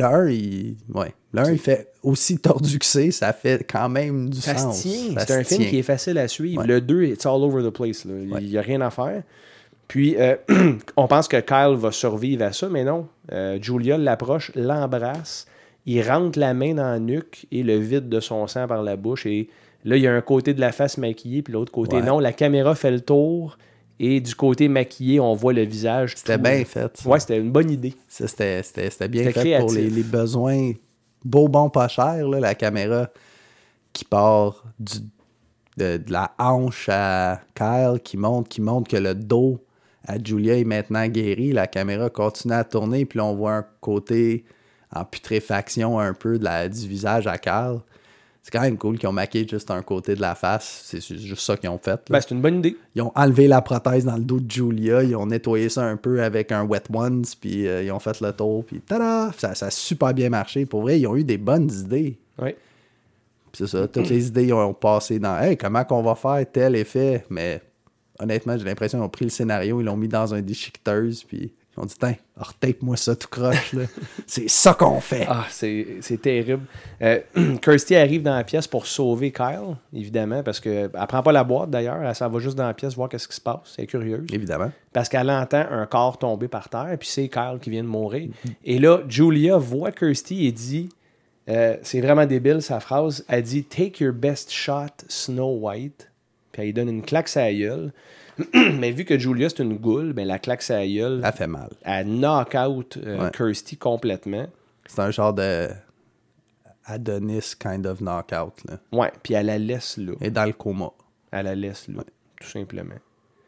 il fait aussi tordu que ça fait quand même du Ça sens. se tient. Ça C'est un se film tient. qui est facile à suivre. Ouais. Le 2, it's all over the place. Là. Ouais. Il n'y a rien à faire. Puis, on pense que Kyle va survivre à ça, mais non. Julia l'approche, l'embrasse, il rentre la main dans la nuque et le vide de son sang par la bouche. Et là, il y a un côté de la face maquillée, puis l'autre côté, Ouais. non. La caméra fait le tour et du côté maquillé, on voit le visage. C'était tout- bien fait. ça. Ouais, c'était une bonne idée. Ça, c'était bien C'était fait pour créatif. les besoins beau, bon, pas cher. Là, la caméra qui part de la hanche à Kyle, qui montre que le dos à Julia est maintenant guéri. La caméra continue à tourner, puis là, on voit un côté en putréfaction un peu du visage à Kyle. C'est quand même cool qu'ils ont maquillé juste un côté de la face. C'est juste ça qu'ils ont fait. là. Ben, c'est une bonne idée. Ils ont enlevé la prothèse dans le dos de Julia, ils ont nettoyé ça un peu avec un Wet Ones, puis ils ont fait le tour, puis tada! Ça a super bien marché. Pour vrai, ils ont eu des bonnes idées. Oui. Puis c'est ça, toutes les idées ont passé dans « Hey, comment qu'on va faire tel effet? » Mais honnêtement, j'ai l'impression qu'ils ont pris le scénario, ils l'ont mis dans un déchiqueteuse, puis ils ont dit « Tiens, retape-moi ça tout croche, là. C'est ça qu'on fait! Ah, c'est terrible. Kirsty arrive dans la pièce pour sauver Kyle, évidemment, parce qu'elle ne prend pas la boîte d'ailleurs, elle s'en va juste dans la pièce voir qu'est-ce qui se passe. Elle est curieuse. Évidemment. Parce qu'elle entend un corps tomber par terre, puis c'est Kyle qui vient de mourir. Et là, Julia voit Kirsty et dit, c'est vraiment débile sa phrase, elle dit « Take your best shot, Snow White ». Puis elle lui donne une claque sur la gueule. Mais vu que Julia, c'est une goule, ben la claque sur la gueule, Ça fait mal. elle knock out Ouais. Kirsty complètement. C'est un genre de Adonis kind of knockout, là. Ouais, puis elle la laisse là. Et dans le coma. Elle la laisse là, tout simplement.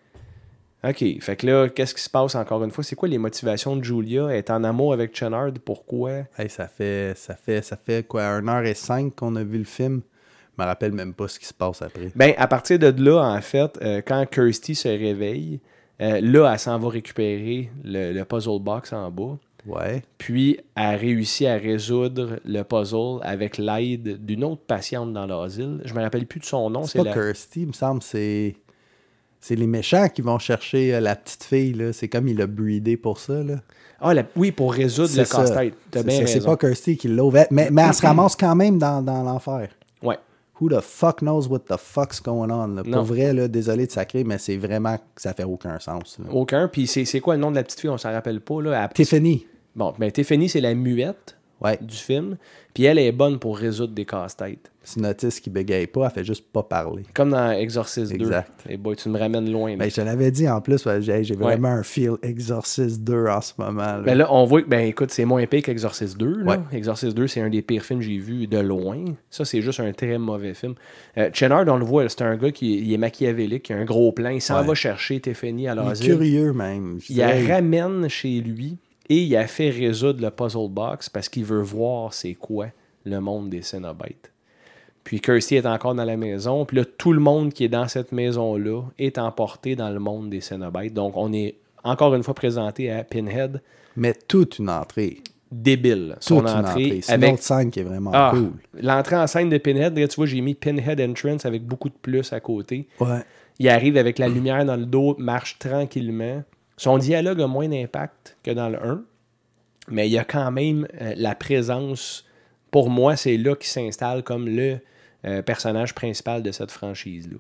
OK, fait que là, qu'est-ce qui se passe encore une fois? C'est quoi les motivations de Julia? Elle est en amour avec Chennard, pourquoi? Hey, ça fait quoi, 1h05 qu'on a vu le film? Je me rappelle même pas ce qui se passe après. Ben, à partir de là, en fait, quand Kirsty se réveille, là, elle s'en va récupérer le puzzle box en bas. Ouais. Puis, elle réussit à résoudre le puzzle avec l'aide d'une autre patiente dans l'asile. Je me rappelle plus de son nom. C'est pas Kirsty, il me semble, c'est les méchants qui vont chercher la petite fille, là. C'est comme il a breedé pour ça, là. Ah, oui, pour résoudre le C'est ça. casse-tête. T'as bien C'est raison. pas Kirsty qui l'ouvre. Mais elle se ramasse quand même dans l'enfer. Ouais. Who the fuck knows what the fuck's going on, là. Non. Pour vrai, là, désolé de sacrer, mais c'est vraiment que ça fait aucun sens, là. Aucun. Puis, c'est quoi le nom de la petite fille? On s'en rappelle pas, là. Tiffany. Bon, ben Tiffany, c'est la muette Ouais. du film. Puis elle est bonne pour résoudre des casse-têtes. C'est une autiste qui bégaye pas, elle fait juste pas parler. Comme dans Exorcist 2. Exact. Et boy, tu me ramènes loin. Là. Ben, je te l'avais dit en plus, ouais, j'ai vraiment un feel Exorcist 2 en ce moment. Là. Ben là, on voit que, ben écoute, c'est moins pire qu'Exorcist 2. Là. Ouais. Exorcist 2, c'est un des pires films que j'ai vu de loin. Ça, c'est juste un très mauvais film. Chennard, on le voit, là, c'est un gars qui est machiavélique, qui a un gros plan. Il s'en Ouais. va chercher Tiffany à Il est l'asile. curieux même. Je Il la dirais. ramène chez lui et il a fait résoudre le puzzle box parce qu'il veut voir c'est quoi le monde des Cénobites. Puis Kirsty est encore dans la maison. Puis là, tout le monde qui est dans cette maison-là est emporté dans le monde des Cénobites. Donc, on est encore une fois présenté à Pinhead. Mais toute une entrée. Débile. Son Toute une entrée entrée. C'est avec... une autre scène qui est vraiment Ah, cool. l'entrée en scène de Pinhead, là, tu vois, j'ai mis Pinhead Entrance avec beaucoup de plus à côté. Ouais. Il arrive avec la lumière dans le dos, marche tranquillement. Son dialogue a moins d'impact que dans le 1, mais il y a quand même la présence. Pour moi, c'est là qu'il s'installe comme le personnage principal de cette franchise-là.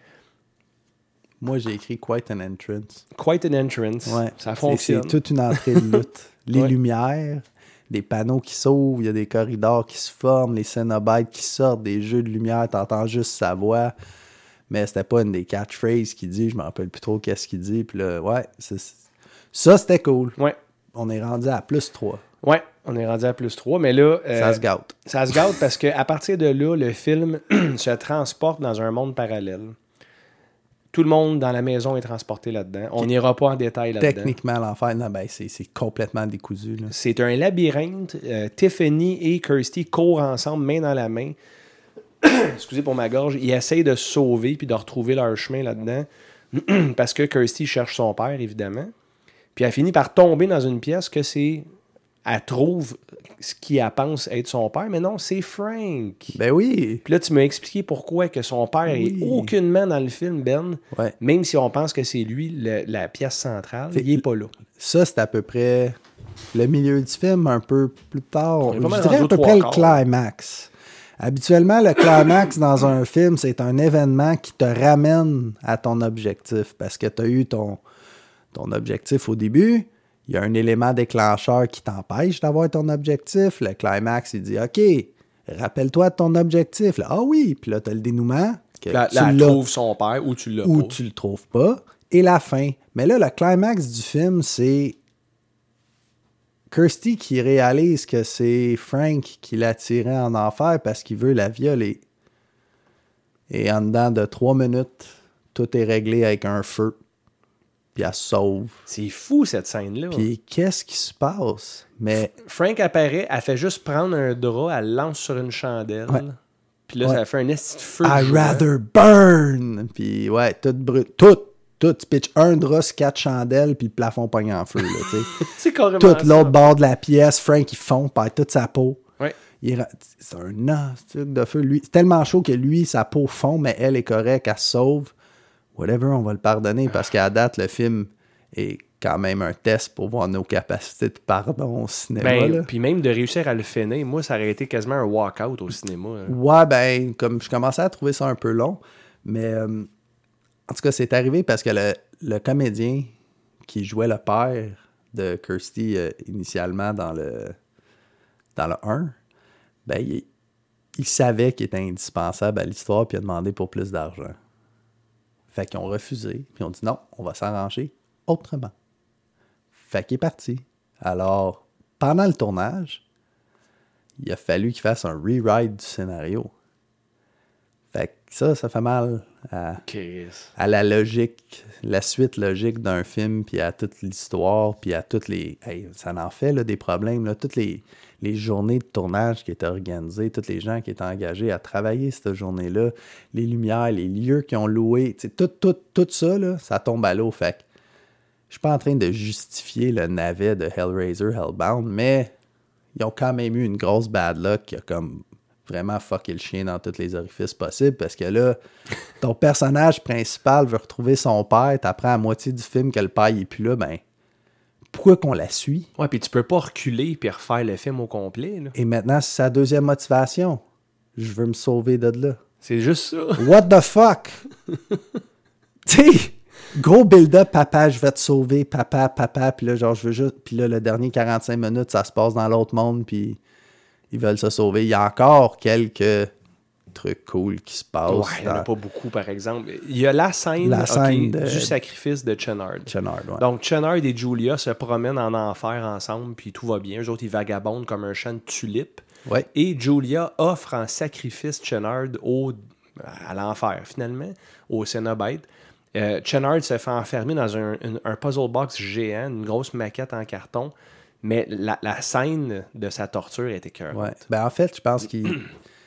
Moi, j'ai écrit Quite an Entrance. Quite an entrance. Ouais. Ça fonctionne. C'est toute une entrée de lutte. Les Ouais. lumières, des panneaux qui s'ouvrent, il y a des corridors qui se forment, les Cénobites qui sortent, des jeux de lumière, t'entends juste sa voix. Mais c'était pas une des catchphrases qu'il dit, je me rappelle plus trop qu'est-ce qu'il dit. Puis là, ouais, ça c'était cool. Ouais. On est rendu à +3. Ouais, on est rendu à +3, mais là... Ça se gâte. Ça se gâte parce qu'à partir de là, le film se transporte dans un monde parallèle. Tout le monde dans la maison est transporté là-dedans. On n'ira pas en détail là-dedans. Techniquement, l'enfer, non, ben, c'est complètement décousu. Là. C'est un labyrinthe. Tiffany et Kirsty courent ensemble, main dans la main. Excusez pour ma gorge. Ils essayent de se sauver puis de retrouver leur chemin là-dedans. Parce que Kirsty cherche son père, évidemment. Puis elle finit par tomber dans une pièce que c'est... Elle trouve ce qu'elle pense être son père, mais non, c'est Frank. Ben oui. Puis là, tu m'as expliqué pourquoi que son père Oui. est aucunement dans le film, Ben. Ouais. Même si on pense que c'est lui, la pièce centrale, C'est- il est pas là. Ça, c'est à peu près le milieu du film, un peu plus tard. On est pas mal Je dirais rendu à peu aux près le trois quarts. climax. Habituellement, le climax dans un film, c'est un événement qui te ramène à ton objectif. Parce que tu as eu ton objectif au début. Il y a un élément déclencheur qui t'empêche d'avoir ton objectif. Le climax, il dit « OK, rappelle-toi de ton objectif. » Ah oui, puis là, tu as le dénouement. Que Là, tu elle l'as trouve son père ou tu l'as ou pas. tu le trouves pas. Et la fin. Mais là, le climax du film, c'est Kirsty qui réalise que c'est Frank qui l'a tiré en enfer parce qu'il veut la violer. Et en dedans de 3 minutes, tout est réglé avec un feu. Puis elle se sauve. C'est fou, cette scène-là. Puis qu'est-ce qui se passe? Mais Frank apparaît, elle fait juste prendre un drap, elle le lance sur une chandelle. Ouais. Puis là, Ouais. ça fait un esti de feu. I'd jouant. rather burn! Puis ouais, tout brûle. Tout. Tu pitches un drap sur 4 chandelles, puis le plafond pogne en feu. Là, tu sais. C'est carrément Tout ça. l'autre bord de la pièce, Frank, il fond, perd toute sa peau. Ouais. C'est un truc de feu. Lui, c'est tellement chaud que lui, sa peau fond, mais elle est correcte, elle se sauve. Whatever, on va le pardonner parce qu'à date, le film est quand même un test pour voir nos capacités de pardon au cinéma. là. Puis même de réussir à le finir, moi, ça aurait été quasiment un walk-out au cinéma. Ouais, ben, comme je commençais à trouver ça un peu long, mais en tout cas, c'est arrivé parce que le comédien qui jouait le père de Kirsty initialement dans le 1, ben, il savait qu'il était indispensable à l'histoire puis il a demandé pour plus d'argent. Fait qu'ils ont refusé, puis ils ont dit non, on va s'arranger autrement. Fait qu'il est parti. Alors, pendant le tournage, il a fallu qu'il fasse un rewrite du scénario. Fait que ça fait mal à la logique, la suite logique d'un film, puis à toute l'histoire, puis à toutes les... Hey, ça en fait là, des problèmes, là, toutes les journées de tournage qui étaient organisées, tous les gens qui étaient engagés à travailler cette journée-là, les lumières, les lieux qui ont loué, tout ça, là, ça tombe à l'eau. Fait que je suis pas en train de justifier le navet de Hellraiser, Hellbound, mais ils ont quand même eu une grosse bad luck qui a comme vraiment fucké le chien dans tous les orifices possibles parce que là, ton personnage principal veut retrouver son père, t'apprends à moitié du film que le père il est plus là, ben pourquoi qu'on la suit? Ouais, puis tu peux pas reculer puis refaire le film au complet. Là. Et maintenant, c'est sa deuxième motivation. Je veux me sauver de là. C'est juste ça. What the fuck? Tu sais, gros build-up, papa, je vais te sauver, papa, puis là, genre, je veux juste... Puis là, le dernier 45 minutes, ça se passe dans l'autre monde, puis ils veulent se sauver. Il y a encore quelques trucs cool qui se passent. Ouais, il n'y en a pas beaucoup, par exemple. Il y a la scène, du sacrifice de Chennard. Ouais. Donc, Chennard et Julia se promènent en enfer ensemble, puis tout va bien. Eux autres, ils vagabondent comme un champ de tulipes. Ouais. Et Julia offre en sacrifice Chennard à l'enfer, finalement, au Cenobite. Chennard se fait enfermer dans un puzzle box géant, une grosse maquette en carton, mais la scène de sa torture était écœurante. Ouais. Ben, en fait, je pense qu'il...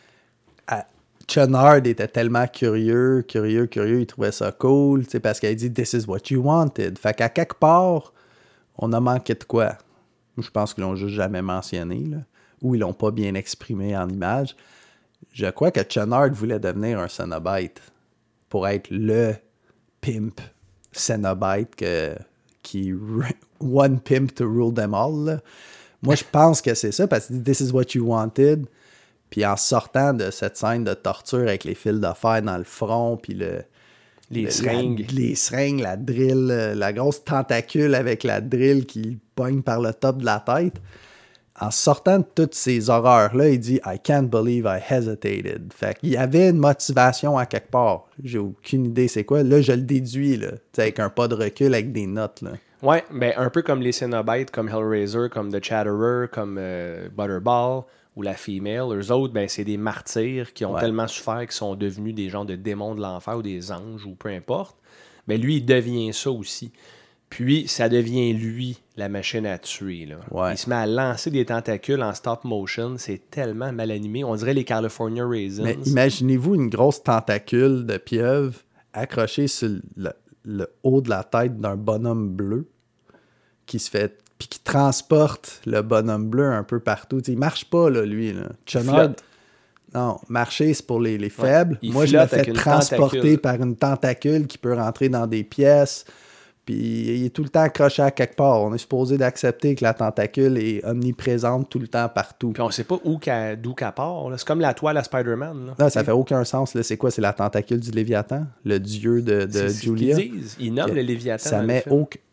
Chennard était tellement curieux, il trouvait ça cool, parce qu'elle dit « This is what you wanted ». Fait qu'à quelque part, on a manqué de quoi? Je pense qu'ils l'ont juste jamais mentionné, là, ou ils l'ont pas bien exprimé en image. Je crois que Chennard voulait devenir un Cenobite pour être le pimp Cenobite qui one pimp to rule them all. Là. Moi, je pense que c'est ça, parce qu'il dit « This is what you wanted ». Puis en sortant de cette scène de torture avec les fils de fer dans le front, puis les seringues, la drill, la grosse tentacule avec la drill qui pogne par le top de la tête, en sortant de toutes ces horreurs-là, il dit « I can't believe I hesitated ». Fait qu'il y avait une motivation à quelque part. J'ai aucune idée c'est quoi. Là, je le déduis, là, avec un pas de recul, avec des notes. Là. Ouais, ben un peu comme les Cenobites, comme Hellraiser, comme The Chatterer, comme Butterball ou la Female. Eux autres, ben c'est des martyrs qui ont tellement souffert qu'ils sont devenus des gens de démons de l'enfer ou des anges ou peu importe. Ben lui, il devient ça aussi. Puis, ça devient lui, la machine à tuer. Là. Ouais. Il se met à lancer des tentacules en stop motion. C'est tellement mal animé. On dirait les California Raisins. Mais imaginez-vous une grosse tentacule de pieuvre accrochée sur le haut de la tête d'un bonhomme bleu qui se fait... puis qui transporte le bonhomme bleu un peu partout. T'sais, il marche pas, là, lui. Là. Chennard, non, marcher, c'est pour les faibles. Moi, je me fais transporter par une tentacule qui peut rentrer dans des pièces, puis il est tout le temps accroché à quelque part. On est supposé d'accepter que la tentacule est omniprésente tout le temps, partout. Puis on sait pas d'où qu'elle part. Là. C'est comme la toile à Spider-Man. Là. Non, ça fait aucun sens. Là. C'est quoi? C'est la tentacule du Léviathan? Le dieu de Julia? C'est ce qu'ils disent. Ils nomment le Léviathan. Ça met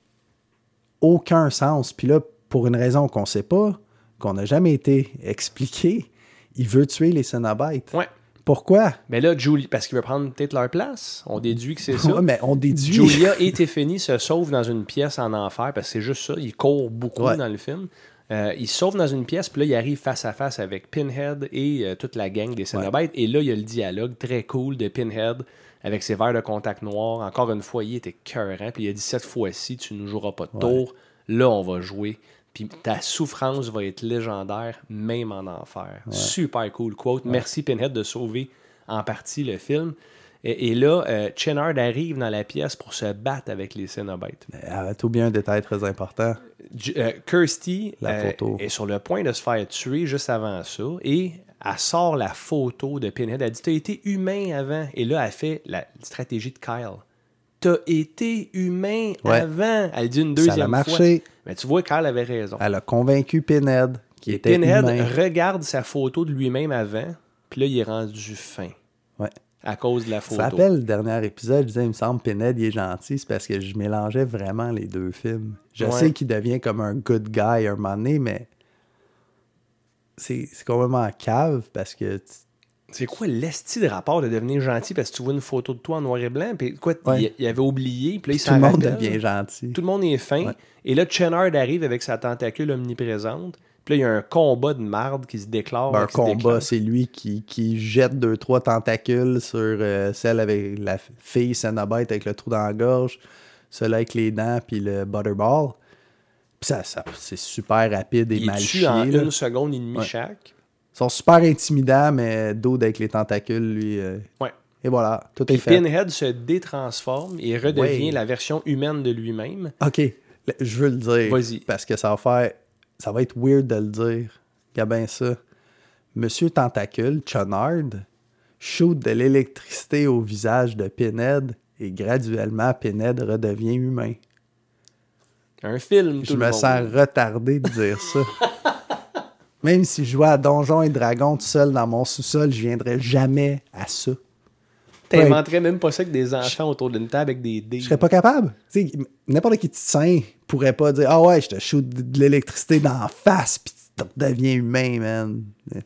aucun sens. Puis là, pour une raison qu'on sait pas, qu'on n'a jamais été expliqué, il veut tuer les Cénobites. Ouais. Pourquoi? Mais là, Julia, parce qu'il veut prendre peut-être leur place. On déduit que c'est ça. Ouais, mais on déduit. Julia et Tiffany se sauvent dans une pièce en enfer, parce que c'est juste ça. Ils courent beaucoup dans le film. Ils se sauvent dans une pièce, puis là, ils arrivent face à face avec Pinhead et toute la gang des Cénobites. Et là, il y a le dialogue très cool de Pinhead avec ses verres de contact noirs. Encore une fois, il était écœurant. Puis il a dit, cette fois-ci, tu ne joueras pas de tour. Là, on va jouer. Puis ta souffrance va être légendaire, même en enfer. Ouais. Super cool quote. Ouais. Merci Pinhead de sauver en partie le film. Et là, Chennard arrive dans la pièce pour se battre avec les Cénobites. Arrête oublié un détail très important. Kirsty est sur le point de se faire tuer juste avant ça. Et elle sort la photo de Pinhead. Elle dit, t'as été humain avant. Et là, elle fait la stratégie de Kyle. T'as été humain avant. Elle dit une deuxième fois. Ça a marché. Mais tu vois, Kyle avait raison. Elle a convaincu Pinhead qui était humain. Pinhead regarde sa photo de lui-même avant, puis là, il est rendu fin. Ouais. À cause de la photo. Ça rappelle le dernier épisode, je disais, il me semble Pinhead, il est gentil, c'est parce que je mélangeais vraiment les deux films. Je sais qu'il devient comme un good guy un moment donné, mais c'est complètement cave parce que... C'est quoi l'esti de rapport de devenir gentil parce que tu vois une photo de toi en noir et blanc, puis quoi, il avait oublié, puis là, il s'en rappelle. Tout le monde devient gentil. Tout le monde est fin. Ouais. Et là, Chennard arrive avec sa tentacule omniprésente, puis là, il y a un combat de marde qui se déclare. Un combat, c'est lui qui jette 2-3 tentacules sur celle avec la fille Cenobite avec le trou dans la gorge, celle avec les dents, puis le Butterball. Puis ça c'est super rapide et mal chié. Il tue en 1 seconde et demie chaque. Ils sont super intimidants, mais Dode avec les tentacules, lui... Et voilà, tout est fait. Pinhead se détransforme et redevient la version humaine de lui-même. OK, je veux le dire. Vas-y. Parce que ça va être weird de le dire. Regarde bien ça. Monsieur Tentacule, Chennard, shoot de l'électricité au visage de Pinhead et graduellement, Pinhead redevient humain. Un film, tout Je me sens retardé de dire ça. Même si je jouais à Donjons et Dragons tout seul dans mon sous-sol, je viendrais jamais à ça. T'inventerais même pas ça avec des enfants autour d'une table avec des dés. Je serais pas capable. T'sais, n'importe qui de sain pourrait pas dire « Ah ouais, je te shoot de l'électricité dans la face pis tu deviens humain, man. »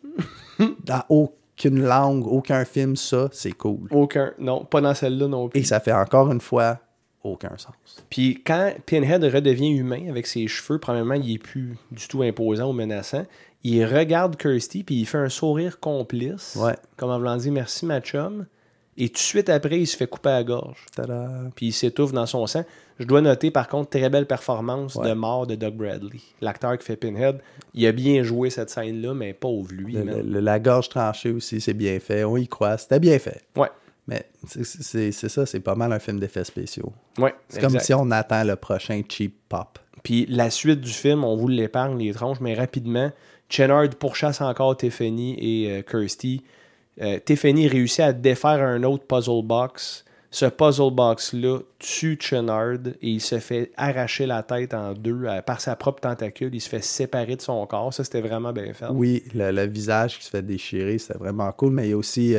Dans aucune langue, aucun film, ça, c'est cool. Aucun. Non, pas dans celle-là non plus. Et ça fait encore une fois aucun sens. Puis quand Pinhead redevient humain avec ses cheveux, premièrement, il est plus du tout imposant ou menaçant. Il regarde Kirsty puis il fait un sourire complice. Ouais. Comme en voulant dire « Merci, ma chum ». Et tout de suite après, il se fait couper à la gorge. Tada. Puis il s'étouffe dans son sang. Je dois noter, par contre, très belle performance de mort de Doug Bradley. L'acteur qui fait Pinhead, il a bien joué cette scène-là, mais pauvre lui. La gorge tranchée aussi, c'est bien fait. On y croit. C'était bien fait. Ouais. Mais c'est ça, c'est pas mal un film d'effets spéciaux. Ouais, c'est comme si on attend le prochain Cheap Pop. Puis la suite du film, on vous l'épargne, les tranches, mais rapidement, Chennard pourchasse encore Tiffany et Kirsty. Tiffany réussit à défaire un autre puzzle box. Ce puzzle box-là tue Chennard et il se fait arracher la tête en deux par sa propre tentacule. Il se fait séparer de son corps. Ça, c'était vraiment bien fait. Oui, le visage qui se fait déchirer, c'était vraiment cool. Mais il y a aussi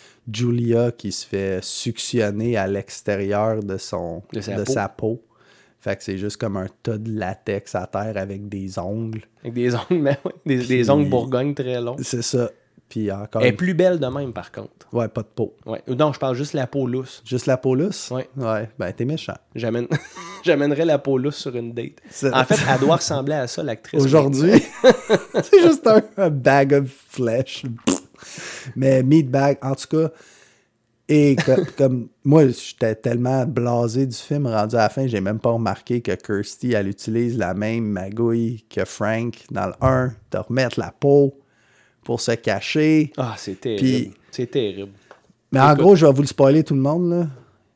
Julia qui se fait suctionner à l'extérieur de sa peau. Fait que c'est juste comme un tas de latex à terre avec des ongles. Avec des ongles, mais des ongles bourgogne très longs. C'est ça. Puis encore elle est plus belle de même, par contre. Ouais, pas de peau. Ouais. Non, je parle juste de la peau lousse. Juste la peau lousse? Ouais. Ouais, ben t'es méchant. J'amènerais la peau lousse sur une date. En fait, elle doit ressembler à ça, l'actrice. Aujourd'hui, c'est juste un bag of flesh. Mais meatbag, en tout cas... Et comme moi, j'étais tellement blasé du film, rendu à la fin, j'ai même pas remarqué que Kirsty, elle utilise la même magouille que Frank dans le 1, de remettre la peau pour se cacher. Ah, c'est terrible. Puis, c'est terrible. Mais en gros, je vais vous le spoiler tout le monde, là.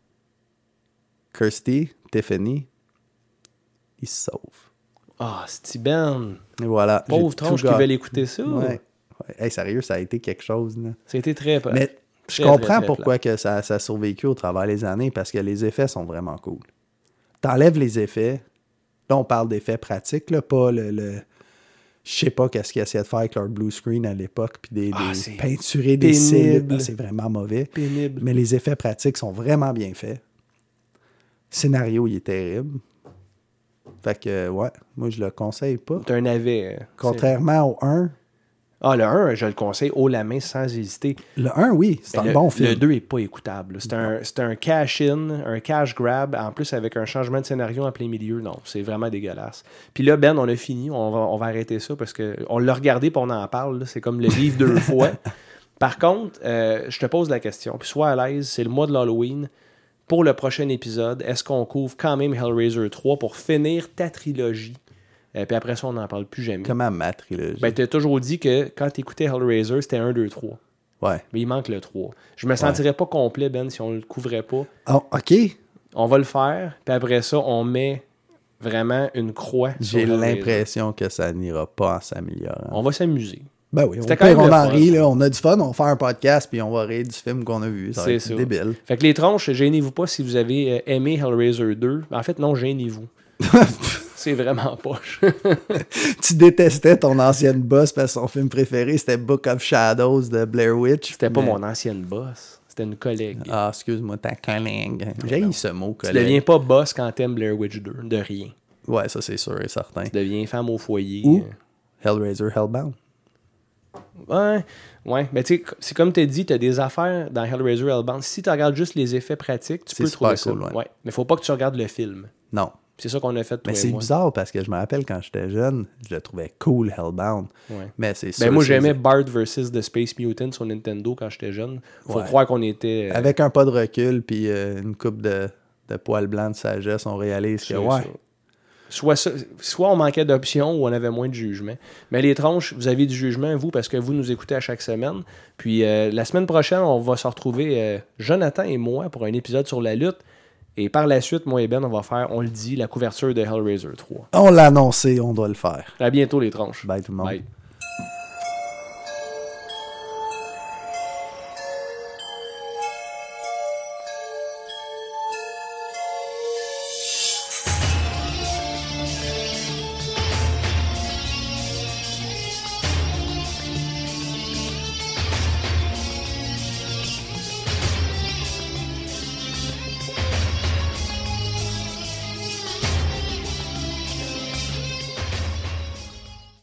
Kirsty, Tiffany, ils se sauvent. Ah, c'est Ben. Et voilà. Pauvre tronche qui veulent écouter ça. Ouais. Hey, sérieux, ça a été quelque chose, là. Ça a été très... Mais je comprends pourquoi que ça a survécu au travers des années, parce que les effets sont vraiment cool. t'enlèves les effets. Là, on parle d'effets pratiques, là, pas le je sais pas qu'est-ce qu'ils essayaient de faire avec leur blue screen à l'époque, puis des peinturer des cellules. C'est vraiment mauvais. Pénible. Mais les effets pratiques sont vraiment bien faits. Le scénario, il est terrible. Fait que, ouais, moi, je le conseille pas. C'est un navet. Contrairement au 1. Ah, le 1, je le conseille haut la main sans hésiter. Le 1, oui, c'est un bon film. Le 2 n'est pas écoutable. C'est un cash-in, un cash grab, en plus avec un changement de scénario en plein milieu. Non, c'est vraiment dégueulasse. Puis là, Ben, on a fini. On va arrêter ça parce qu'on l'a regardé et on en parle. Là. C'est comme le livre 2 fois. Par contre, je te pose la question. Puis sois à l'aise, c'est le mois de l'Halloween. Pour le prochain épisode, est-ce qu'on couvre quand même Hellraiser 3 pour finir ta trilogie? Puis après ça, on n'en parle plus jamais. Comment ma trilogie? Ben, t'as toujours dit que quand t'écoutais Hellraiser, c'était 1, 2, 3. Ouais. Mais il manque le 3. Je me sentirais pas complet, Ben, si on le couvrait pas. Oh, OK. On va le faire, puis après ça, on met vraiment une croix sur J'ai Hellraiser. l'impression que ça n'ira pas en s'améliorant. On va s'amuser. Ben oui, C'était quand même on le en fun. rit, là, on a du fun, on va faire un podcast, puis on va rire du film qu'on a vu. Ça va C'est être ça. débile. Fait que les tronches, gênez-vous pas si vous avez aimé Hellraiser 2. En fait, non, gênez-vous. C'est vraiment poche. Tu détestais ton ancienne boss parce que son film préféré, c'était Book of Shadows de Blair Witch. C'était pas mon ancienne boss. C'était une collègue. Ah, excuse-moi, ta collègue. J'ai ce mot, Tu collègue. deviens pas boss quand t'aimes Blair Witch 2. De rien. Ouais, ça c'est sûr et certain. Tu deviens femme au foyer. Ou Hellraiser Hellbound. Ouais. Mais tu sais, c'est comme tu as dit, tu as des affaires dans Hellraiser Hellbound. Si tu regardes juste les effets pratiques, tu C'est peux trouver super ça. cool, Ouais. Mais faut pas que tu regardes le film. Non. C'est ça qu'on a fait, toi Mais et c'est moi. bizarre parce que je me rappelle quand j'étais jeune, je le trouvais cool Hellbound. Ouais. Mais c'est sûr. Ben moi, c'est- j'aimais Bart vs. The Space Mutant sur Nintendo quand j'étais jeune. Faut Ouais. croire qu'on était... Avec un pas de recul puis une coupe de poils blancs de sagesse, on réalise que c'est ouais. ça. Soit on manquait d'options ou on avait moins de jugement. Mais les tronches, vous avez du jugement, vous, parce que vous nous écoutez à chaque semaine. Puis la semaine prochaine, on va se retrouver, Jonathan et moi, pour un épisode sur la lutte. Et par la suite, moi et Ben, on va faire, on le dit, la couverture de Hellraiser 3. On l'a annoncé, on doit le faire. À bientôt, les tronches. Bye tout le monde. Bye.